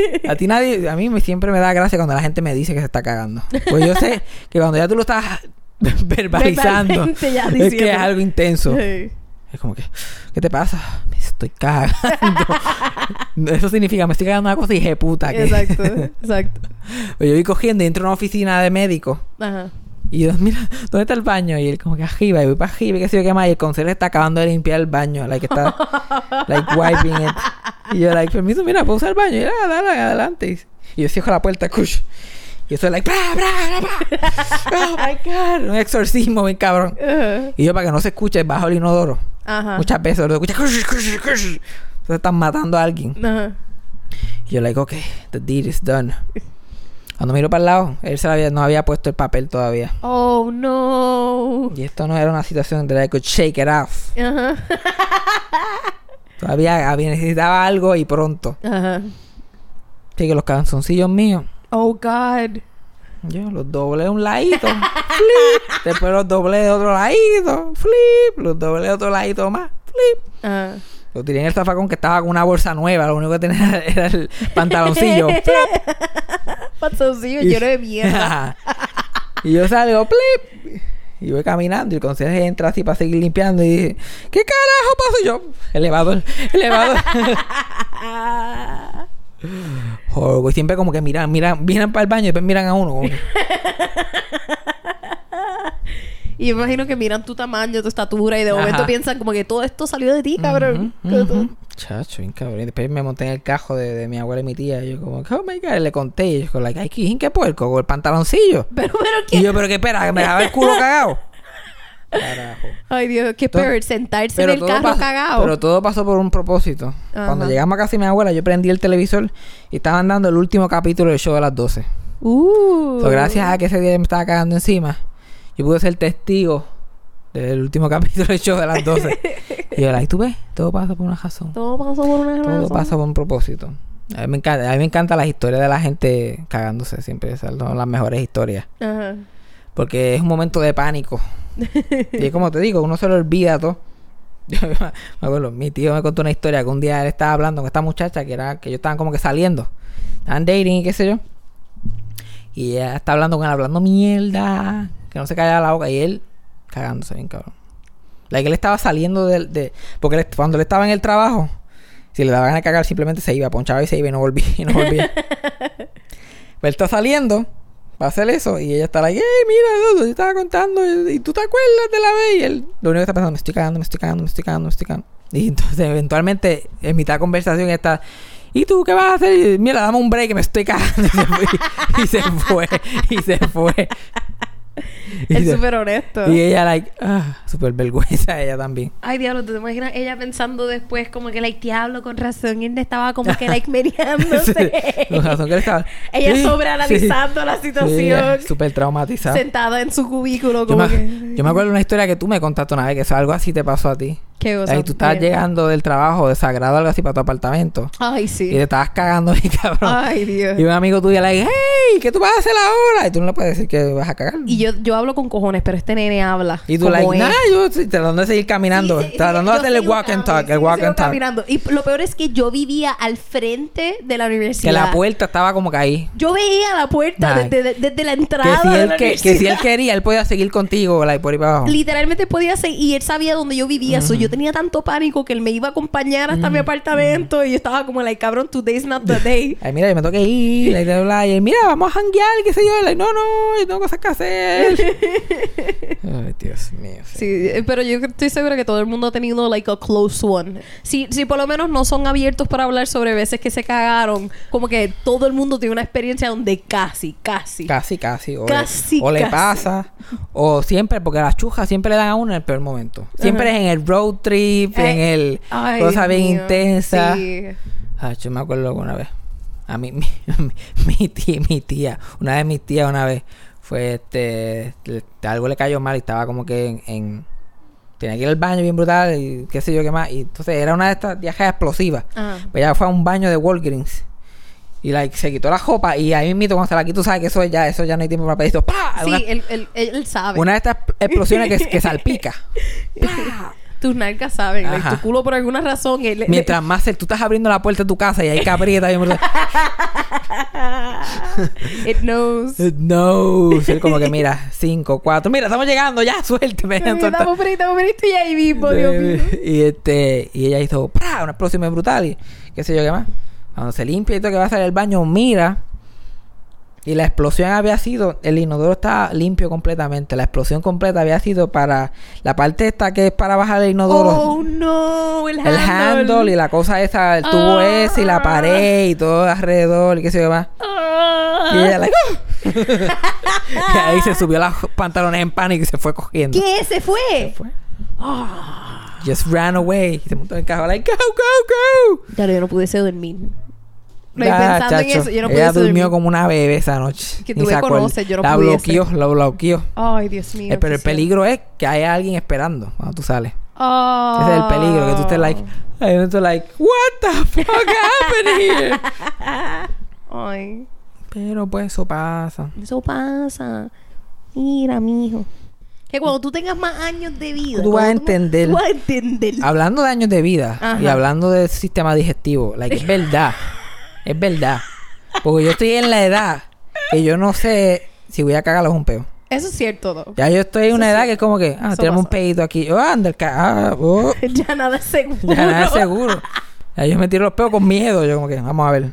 A mí siempre me da gracia cuando la gente me dice que se está cagando. Pues yo sé que cuando ya tú lo estás verbalizando, Verbalmente ya es que diciendo. es algo intenso. Sí. Es como que, ¿qué te pasa? Me estoy cagando. Eso significa, me estoy cagando una cosa y dije puta. Exacto. Pues yo voy cogiendo y entro a una oficina de médico. Ajá. Y yo, mira, ¿dónde está el baño? Y él como que arriba. Y voy para arriba y qué sé yo qué más. Y el conserje está acabando de limpiar el baño. Like, está, like, wiping it. Y yo, like, permiso, mira, ¿puedo usar el baño? Y él, dale, adelante. Y yo cierro la puerta, cush. Y yo soy like, oh my God. Un exorcismo bien cabrón. Y yo, para que no se escuche, bajo el inodoro. Ajá. Muchas veces lo escucha. Entonces están matando a alguien. Ajá. Y yo, like, okay, the deed is done. Cuando miro para el lado, él no había puesto el papel todavía. Oh, no. Y esto no era una situación de I could shake it off. Ajá. Todavía necesitaba algo y pronto. Ajá. Así que los calzoncillos míos, Oh, God. Yo los doblé de un ladito, flip. Después los doblé de otro ladito, flip. Los doblé de otro ladito más, flip. Ajá. Lo tiré en el zafacón que estaba con una bolsa nueva. Lo único que tenía era el pantaloncillo. Pantaloncillo lleno de mierda. Y yo salgo, plip. Y voy caminando y el conserje entra así para seguir limpiando y dice, ¿qué carajo pasó? Y yo, elevador. Joder, güey, siempre como que miran para el baño y después miran a uno. Como que... Y yo imagino que miran tu tamaño, tu estatura y de momento piensan como que todo esto salió de ti, cabrón. Chacho, bien cabrón. Y después me monté en el cajo de mi abuela y mi tía. Y yo como, oh my God, le conté. Y yo como, like, ay, qué puerco, con el pantaloncillo. Pero ¿qué? Y yo, pero qué espera, que me dejaba el culo cagado. Carajo. Ay, Dios, qué peor, sentarse en el carro pasó, cagado. Pero todo pasó por un propósito. Ajá. Cuando llegamos a casa de mi abuela, yo prendí el televisor y estaban dando el último capítulo del show de las 12. So, gracias a que ese día me estaba cagando encima, yo pude ser testigo del último capítulo del show de las 12. Y yo, like, tú ves, todo pasa por una razón. Todo pasó por una razón. Todo pasa por un propósito. A mí me encantan las historias de la gente cagándose. Siempre son las mejores historias. Ajá. Porque es un momento de pánico. Y es como te digo, uno se lo olvida todo. Yo me acuerdo, mi tío me contó una historia que un día él estaba hablando con esta muchacha que ellos estaban como que saliendo. Estaban dating y qué sé yo. Y ella está hablando con él, hablando mierda. Que no se callaba la boca. Y él cagándose bien, cabrón. Like, él estaba saliendo porque cuando él estaba en el trabajo, si le daban a cagar, simplemente se iba, ponchaba y se iba y no volvía. Pero él está saliendo para hacer eso y ella está like, mira, yo estaba contando y tú te acuerdas de la vez. Y él lo único que está pensando, me estoy cagando. Y entonces eventualmente en mitad de conversación está, ¿y tú qué vas a hacer? Y, mira, dame un break que me estoy cagando. Y se fue. Es súper honesto. Y ella, like, súper vergüenza ella también. Ay, diablo, ¿te imaginas ella pensando después como que, like, diablo, con razón? Y él estaba como que, like, meneándose. Con razón que él estaba... Ella sobreanalizando la situación. Súper traumatizada. Sentada en su cubículo Yo me acuerdo de una historia que tú me contaste una vez, que eso, algo así te pasó a ti. ¿Qué cosa? Y tú estabas llegando del trabajo desagrado algo así para tu apartamento. Ay, sí. Y te estabas cagando bien, cabrón. Ay, Dios. Y un amigo tuyo le dice, hey, ¿qué tú vas a hacer ahora? Y tú no le puedes decir que vas a cagar. Y yo hablo con cojones, pero este nene habla. Y tú como like, nah, yo estoy tratando de seguir caminando. Tratando de hacer el walk and talk. El walk and talk. Caminando. Y lo peor es que yo vivía al frente de la universidad. Que la puerta estaba como que ahí. Yo veía la puerta Ay. desde la entrada de la universidad. Que si él quería, él podía seguir contigo, like, por ahí para abajo. Literalmente podía seguir. Y él sabía dónde yo vivía. So, yo tenía tanto pánico que él me iba a acompañar hasta mi apartamento. Y yo estaba como, like, cabrón, today's not the day. Ay, mira, yo me tengo que ir. Like, y él, mira, vamos a janguear, qué sé yo. Like, no, yo tengo cosas que hacer. Ay, Dios mío. Sí, pero yo estoy segura que todo el mundo ha tenido, like, a close one. Si por lo menos no son abiertos para hablar sobre veces que se cagaron, como que todo el mundo tiene una experiencia donde casi. O le pasa. O siempre, porque las chujas siempre le dan a uno en el peor momento. Siempre es en el road trip, en el... Ay, cosa bien Dios mío. intensa. Sí. Ay, yo me acuerdo que una vez. A mí, mi tía. Una de mis tías una vez fue algo le cayó mal y estaba como que tenía que ir al baño bien brutal y qué sé yo qué más. Y entonces era una de estas viajes explosivas. Ajá. Pues ella fue a un baño de Walgreens. Y like, se quitó la ropa y ahí mismo cuando se la quitó, tú sabes que eso ya no hay tiempo para pedir esto. ¡Pah! Sí, él sabe. Una de estas explosiones que salpica. ¡Pah! Tus nalgas saben. Like, Ajá. tu culo por alguna razón. Mientras más tú estás abriendo la puerta de tu casa y hay que aprieta bien brutal. It knows. No, es como que mira, 5, 4, mira, estamos llegando, ya, suélteme. Estamos fritos y ahí mismo, Dios mío. Y ella hizo una explosión muy brutal y qué sé yo qué más. Cuando se limpia y todo que va a salir del baño, mira. Y la explosión había sido, el inodoro estaba limpio completamente. La explosión completa había sido para la parte esta que es para bajar el inodoro. Oh no, el handle y la cosa esa, el tubo ese y la pared y todo alrededor y qué sé yo qué más. Y ella like, y ahí se subió los pantalones en pánico y se fue cogiendo. ¿Qué? ¿Se fue? Just ran away. Y se montó en el carro like, go. Claro, yo no pudiese dormir. Ya, Pensando en chacho, eso, yo no ella pudiese durmió dormir. como una bebé esa noche. Que Ni tú se me acuerda. conoces, yo no La pudiese. bloqueó. Ay, Dios mío. Pero el peligro es que hay alguien esperando cuando tú sales. Oh. Ese es el peligro, que tú estés like, what the fuck happened here? Ay. Pero pues eso pasa. Eso pasa. Mira, mijo. Que cuando tú tengas más años de vida... Tú vas a cuando entender. Tú vas a entender. Hablando de años de vida Ajá. y hablando del sistema digestivo, like, es verdad. Es verdad. Porque yo estoy en la edad que yo no sé si voy a cagar o es un peo. Eso es cierto, ¿no? Ya yo estoy en una edad que es como que, Eso tirame un pasa. pedito aquí. Oh, anda, Ya nada es seguro. ya nada es seguro. Ya yo me tiro los peos con miedo. Yo como que, vamos a ver.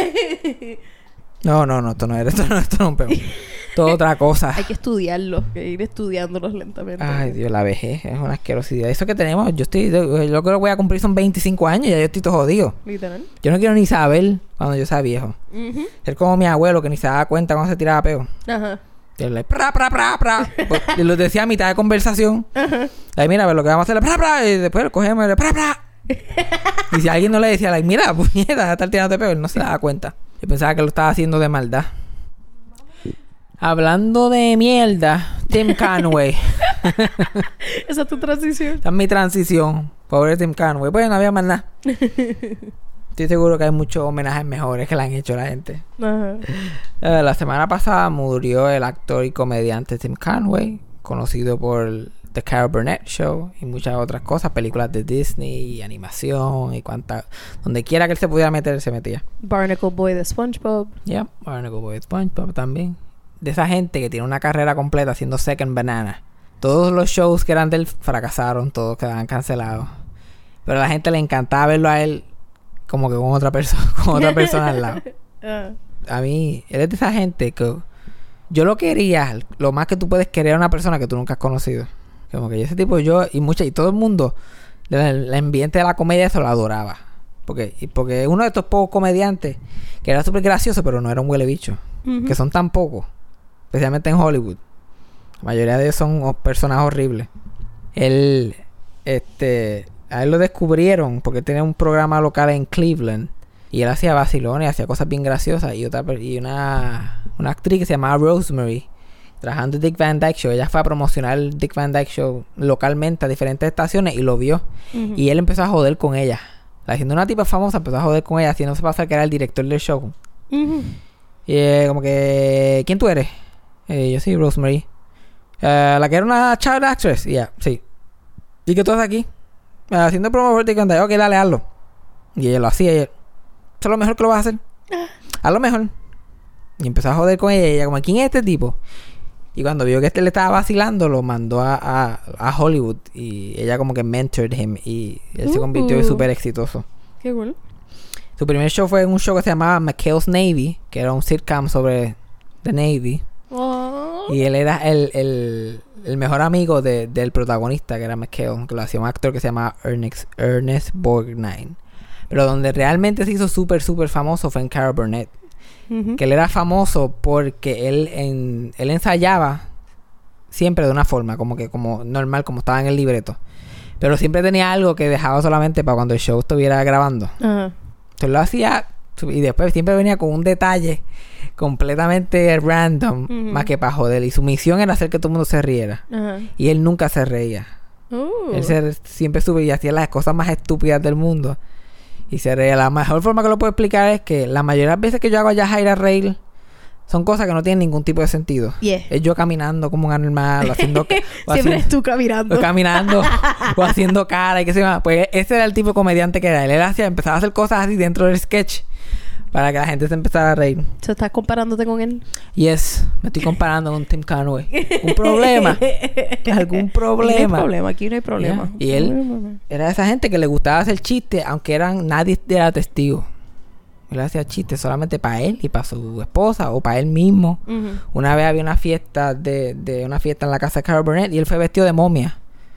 No, esto no es un peo. Todo otra cosa. Hay que estudiarlo, que ir estudiándolos lentamente. Ay, Dios, la vejez es una asquerosidad. Eso que tenemos, yo lo que voy a cumplir son 25 años y ya yo estoy todo jodido. Literal. Yo no quiero ni saber cuando yo sea viejo. Ujú. Ser como mi abuelo que ni se daba cuenta cuando se tiraba peo. Ajá. Y él, pra. Pues, y lo decía a mitad de conversación. Ay, mira, pues, lo que vamos a hacer es pra. Y después lo cogemos y le pra. Y si alguien no le decía, like, mira, puñeta, estar tirando peo, él no se daba cuenta. Yo pensaba que lo estaba haciendo de maldad. Hablando de mierda, Tim Conway. Esa es tu transición. Esta es mi transición. Pobre Tim Conway. Pues no había más nada. Estoy seguro que hay muchos homenajes mejores que le han hecho a la gente. Ajá. La semana pasada murió el actor y comediante Tim Conway, conocido por The Carol Burnett Show y muchas otras cosas, películas de Disney y animación y cuanta, donde quiera que él se pudiera meter, se metía. Barnacle Boy de SpongeBob. Ya, Barnacle Boy, SpongeBob también. De esa gente que tiene una carrera completa haciendo Second Banana. Todos los shows que eran de él fracasaron, todos quedaban cancelados. Pero a la gente le encantaba verlo a él como que con otra persona al lado. A mí, él es de esa gente que yo lo quería, lo más que tú puedes querer a una persona que tú nunca has conocido. Como que ese tipo, yo y todo el mundo, el ambiente de la comedia, eso lo adoraba. Porque uno de estos pocos comediantes que era súper gracioso, pero no era un huele bicho. Ujú. Que son tan pocos, especialmente en Hollywood. La mayoría de ellos son personas horribles. A él lo descubrieron porque él tenía un programa local en Cleveland y él hacía vacilones, hacía cosas bien graciosas y una actriz que se llamaba Rosemary, trabajando en Dick Van Dyke Show, ella fue a promocionar el Dick Van Dyke Show localmente a diferentes estaciones y lo vio. Ujú. Y él empezó a joder con ella. Siendo una tipa famosa, empezó a joder con ella, haciéndose pasar que era el director del show. Ujú. Y como que, ¿quién tú eres? Yo soy Rosemary. La que era una child actress. Y ya, sí. ¿Y qué tú haces aquí? Haciendo promo por Dick Van Dyke. Ok, dale, hazlo. Y ella lo hacía. Y él, esto es lo mejor que lo vas a hacer. Haz lo mejor. Y empezó a joder con ella. Y ella como, ¿quién es este tipo? Y cuando vio que le estaba vacilando, lo mandó a Hollywood. Y ella como que mentored him. Y él se convirtió súper exitoso. Qué cool. Su primer show fue en un show que se llamaba McHale's Navy, que era un sitcom sobre The Navy. Oh. Y él era el mejor amigo del protagonista, que era McHale, que lo hacía un actor que se llamaba Ernest Borgnine. Pero donde realmente se hizo súper famoso fue en Carol Burnett. Ujú. Que él era famoso porque él ensayaba siempre de una forma, como normal, como estaba en el libreto. Pero siempre tenía algo que dejaba solamente para cuando el show estuviera grabando. Ajá. Entonces lo hacía y después siempre venía con un detalle completamente random, Ujú. más que para joder. Y su misión era hacer que todo el mundo se riera. Ajá. Y él nunca se reía. Él siempre subía y hacía las cosas más estúpidas del mundo. Y se reía. La mejor forma que lo puedo explicar es que la mayoría de las veces que yo hago a Yajaira reír son cosas que no tienen ningún tipo de sentido. Yeah. Es yo caminando como un animal, haciendo... Siempre eres tú caminando. o caminando o haciendo cara y qué sé yo. Pues ese era el tipo de comediante que era. Él empezaba a hacer cosas así dentro del sketch para que la gente se empezara a reír. ¿Se estás comparándote con él? Yes, me estoy comparando con Tim Conway. ¿Un problema? ¿Algún problema? No hay problema, aquí no hay problema. Yeah. Y él era de esa gente que le gustaba hacer chistes, aunque nadie era testigo. Él hacía chistes solamente para él y para su esposa o para él mismo. Ujú. Una vez había una fiesta una fiesta en la casa de Carol Burnett y él fue vestido de momia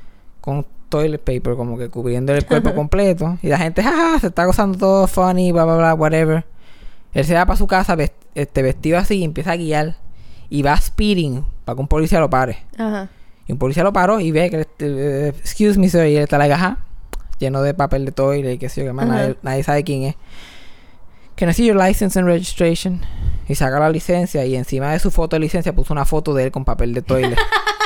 con toilet paper como que cubriendo el cuerpo completo y la gente jaja se está gozando todo funny bla bla bla whatever. Él se va para su casa vestido así y empieza a guiar y va speeding para que un policía lo pare. Ajá. Y un policía lo paró y ve que excuse me sir, y él está like ajá lleno de papel de toilet y qué sé yo qué más, nadie sabe quién es. Can I see your license and registration? Y saca la licencia y encima de su foto de licencia puso una foto de él con papel de toilet.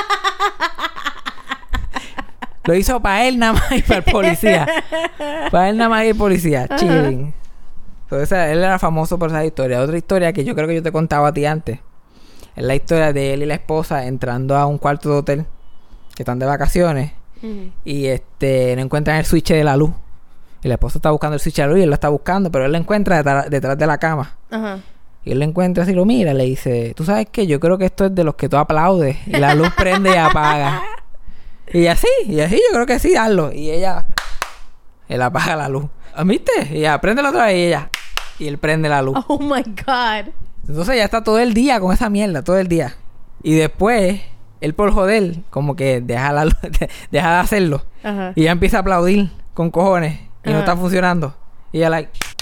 Lo hizo para él nada más y para el policía. Para él nada más y el policía. Chilling. Entonces, él era famoso por esa historia. Otra historia que yo creo que yo te contaba a ti antes. Es la historia de él y la esposa entrando a un cuarto de hotel. Que están de vacaciones. Y no encuentran el switch de la luz. Y la esposa está buscando el switch de la luz y él lo está buscando. Pero él lo encuentra detrás de la cama. Ajá. Y él lo encuentra así, lo mira, le dice, ¿tú sabes qué? Yo creo que esto es de los que tú aplaudes. Y la luz prende y apaga. Y así, yo creo que sí, hazlo. Y él apaga la luz. ¿Viste? Y ella, préndelo otra vez. Y él prende la luz. Oh my God. Entonces ya está todo el día con esa mierda, todo el día. Y después, él por joder, como que deja de hacerlo. Ajá. Y ya empieza a aplaudir con cojones. Y no está funcionando. Y ella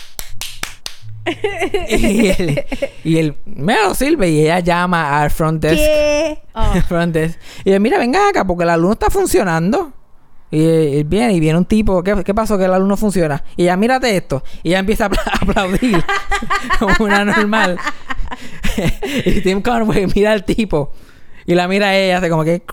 y él me lo sirve y ella llama al front desk. ¿Qué? Front desk. Y él, mira, venga acá porque la luz no está funcionando. Y él viene un tipo, ¿qué pasó? Que la luz no funciona. Y ella, mírate esto. Y ella empieza a aplaudir como una normal. Y Tim Conway mira al tipo y la mira a ella, hace como que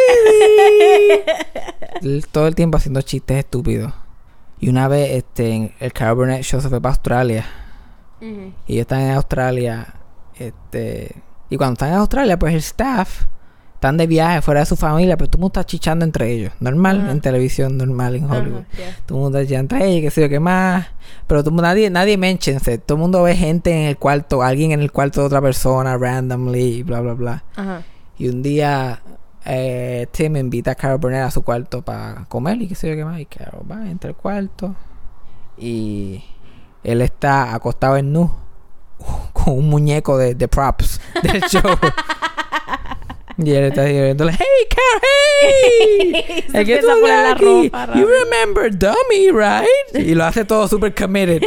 crazy. Todo el tiempo haciendo chistes estúpidos. Y una vez el Carol Burnett Show se fue para Australia. Y ellos están en Australia. Y cuando están en Australia, pues el staff están de viaje fuera de su familia, pero todo el mundo está chichando entre ellos. Normal, en televisión, normal en Hollywood. Todo el mundo está chichando entre ellos, qué sé yo, qué más. Pero nadie mentions it. Todo el mundo ve gente en el cuarto, alguien en el cuarto de otra persona, randomly, bla, bla, bla. Y un día Tim invita a Carol Burnett a su cuarto para comer y qué sé yo, qué más. Y Carol va, entra al cuarto. Y él está acostado en nu con un muñeco de props del show. Y él está diciéndole, hey, Carol, hey. Se empieza a poner la ropa. You remember Dummy, right? Y lo hace todo super committed.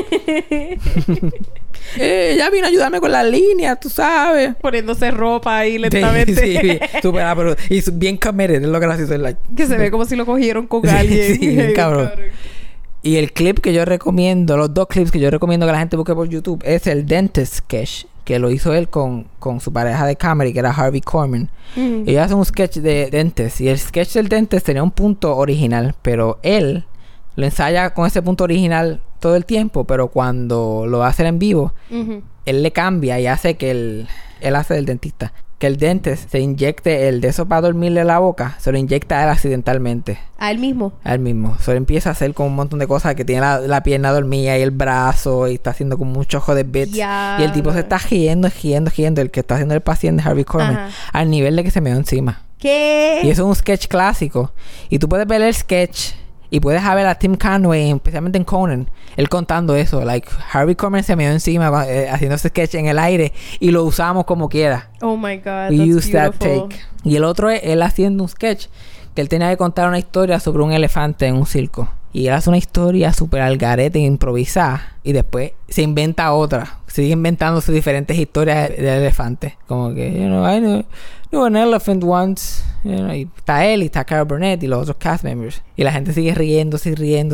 Ella vino a ayudarme con la línea, tú sabes. Poniéndose ropa ahí lentamente. Sí, super, pero y bien committed, es lo gracioso. Que se ve como si lo cogieron con alguien. Sí, bien cabrón. Y el clip que yo recomiendo, los dos clips que yo recomiendo que la gente busque por YouTube, es el Dentist Sketch, que lo hizo él con su pareja de comedy, que era Harvey Korman. Ellos hacen un sketch de Dentist, y el sketch del Dentist tenía un punto original, pero él lo ensaya con ese punto original todo el tiempo, pero cuando lo hace en vivo, él le cambia y hace que él hace del dentista. Que el dentist se inyecte el de eso para dormirle la boca, se lo inyecta a él accidentalmente. ¿A él mismo? A él mismo. Se lo empieza a hacer con un montón de cosas, que tiene la pierna dormida y el brazo, y está haciendo como muchos de bits. Y el tipo se está riendo, el que está haciendo el paciente, Harvey Korman, al nivel de que se me dio encima. ¿Qué? Y eso es un sketch clásico. Y tú puedes ver el sketch y puedes ver a Tim Conway, especialmente en Conan, él contando eso. Harvey Korman se me dio encima haciendo ese sketch en el aire y lo usamos como quiera. Oh my God, We that's use that beautiful. take. Y el otro es él haciendo un sketch que él tenía que contar una historia sobre un elefante en un circo. Y él hace una historia súper al garete, improvisada, y después se inventa otra. Sigue inventándose diferentes historias de elefantes. Como que, I knew an elephant once. Y está él, y está Carol Burnett, y los otros cast members. Y la gente sigue riéndose.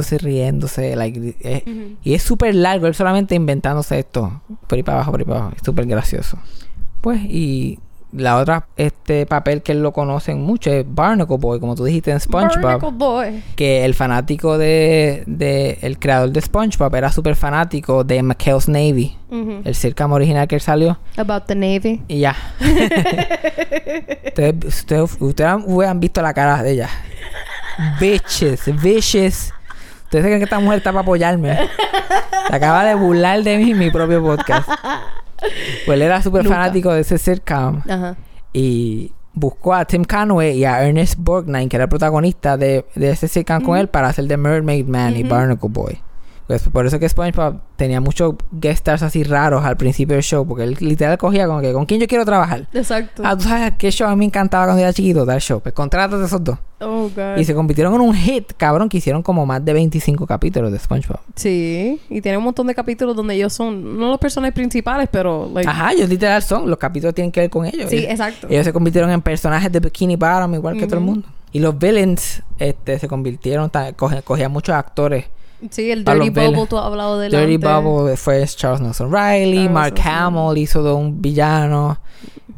Y es súper largo, él solamente inventándose esto. Por ahí para abajo. Es súper gracioso. Pues, y la otra papel que él lo conocen mucho es Barnacle Boy, como tú dijiste en SpongeBob. Barnacle Boy. Que el fanático de el creador de SpongeBob era súper fanático de McHale's Navy, el sitcom original que él salió. About the Navy. Y ya. Ustedes han visto la cara de ella. Vicious. Ustedes creen que esta mujer está para apoyarme. Se acaba de burlar de mí en mi propio podcast. Pues él era súper fanático de ese sitcom. Y buscó a Tim Conway y a Ernest Borgnine, que era el protagonista de ese sitcom con él, para hacer de Mermaid Man y Barnacle Boy. Pues por eso que SpongeBob tenía muchos guest stars así raros al principio del show, porque él literal cogía como que ¿con quién yo quiero trabajar? Exacto. ¿Tú sabes qué show a mí me encantaba cuando era chiquito? Tal show. Pues contrátate a esos dos. Oh, God. Y se convirtieron en un hit, cabrón, que hicieron como más de 25 capítulos de SpongeBob. Sí. Y tiene un montón de capítulos donde ellos son, no los personajes principales, pero... Ajá, ellos literal son. Los capítulos tienen que ver con ellos. Sí, exacto. Ellos se convirtieron en personajes de Bikini Bottom, igual que todo el mundo. Y los villains se convirtieron... Cogían muchos actores. Sí, el Dirty Bubble, tú has hablado de él Dirty antes. Bubble fue Charles Nelson Reilly. Mark Hamill hizo de un villano.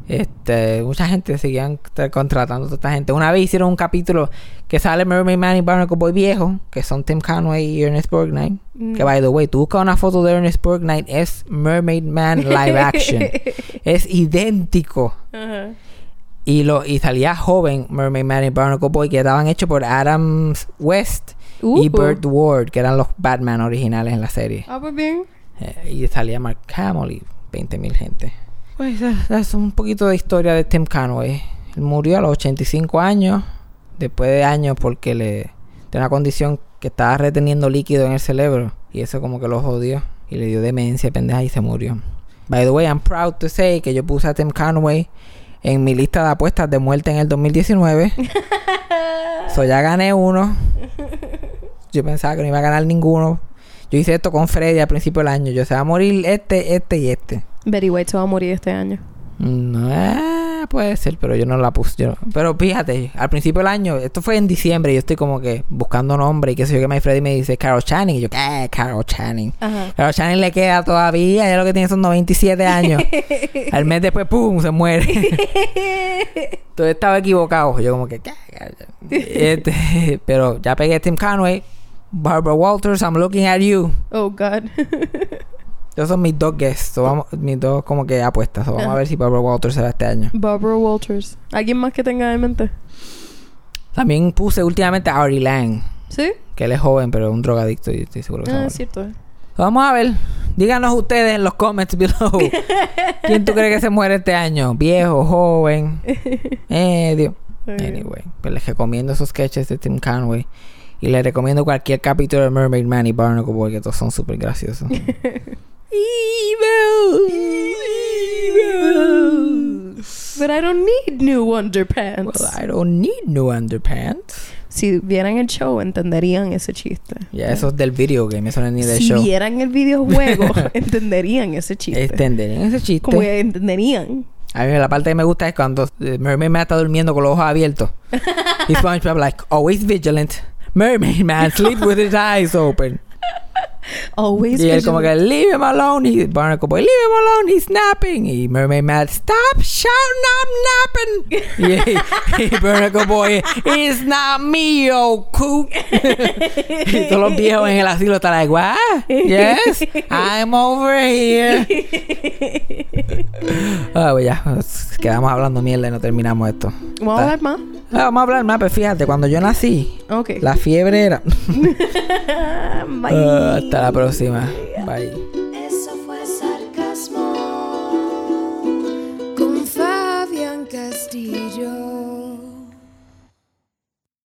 Mucha gente seguían contratando a toda esta gente. Una vez hicieron un capítulo que sale Mermaid Man y Barnacle Boy viejo, que son Tim Conway y Ernest Borgnine. Que, by the way, tú buscas una foto de Ernest Borgnine, es Mermaid Man live action. Es idéntico. Ajá. Y salía joven Mermaid Man y Barnacle Boy, que estaban hechos por Adam West y Burt Ward, que eran los Batman originales en la serie. Ah, pues bien. Y salía Mark Hamill y 20,000 gente. Pues es un poquito de historia de Tim Conway. Él murió a los 85 años, después de años porque de una condición que estaba reteniendo líquido en el cerebro. Y eso como que lo jodió. Y le dio demencia, pendeja, y se murió. By the way, I'm proud to say que yo puse a Tim Conway en mi lista de apuestas de muerte en el 2019. So ya gané uno. Yo pensaba que no iba a ganar ninguno. Yo hice esto con Freddy al principio del año. Yo se va a morir este y este. Betty White se va a morir este año. No, puede ser, pero yo no la puse. Pero fíjate, al principio del año, esto fue en diciembre, yo estoy como que buscando nombre y qué sé yo, que My Freddy me dice Carol Channing. Y yo, ¿qué? Carol Channing. Ajá. Carol Channing le queda todavía, ya lo que tiene son 97 años. Al mes después, ¡pum!, se muere. Todo estaba equivocado. Yo como que, ¿qué? Pero ya pegué Tim Conway, Barbara Walters, I'm looking at you. Oh, God. Esos son mis dos guests, mis dos como que apuestas. Vamos a ver si Barbara Walters se va este año. Barbara Walters. ¿Alguien más que tenga en mente? También puse últimamente a Ari Lang. ¿Sí? Que él es joven, pero es un drogadicto y estoy seguro que se va a Es morir. cierto. Vamos a ver. Díganos ustedes en los comments below. ¿Quién tú crees que se muere este año? ¿Viejo, joven, medio? Anyway, pues les recomiendo esos sketches de Tim Conway. Y les recomiendo cualquier capítulo de Mermaid Man y Barnacle Boy, que todos son súper graciosos. Evil. But I don't need new underpants. Well, I don't need new underpants. Si vieran el show, entenderían ese chiste. Ya, eso es del video game, eso no es ni del Si show. vieran el videojuego, entenderían ese chiste. ¿Entenderían ese chiste? Como que entenderían. A mí la parte que me gusta es cuando Mermaid Man está durmiendo con los ojos abiertos. Y SpongeBob like, always vigilant. Mermaid Man sleep with his eyes open. Always Y él como que, vigilant. leave him alone. Y Barnacle Boy, leave him alone, he's napping. Y Mermaid Man, stop shouting, I'm napping. y Barnacle Boy, it's not me, oh coot. Y todos los viejos en el asilo están like, what? Yes, I'm over here. Pues ya, quedamos hablando mierda y no terminamos esto. ¿Vamos a hablar más? Vamos a hablar más, pero fíjate, cuando yo nací, Ok. la fiebre era... Bye. Hasta la próxima. Bye.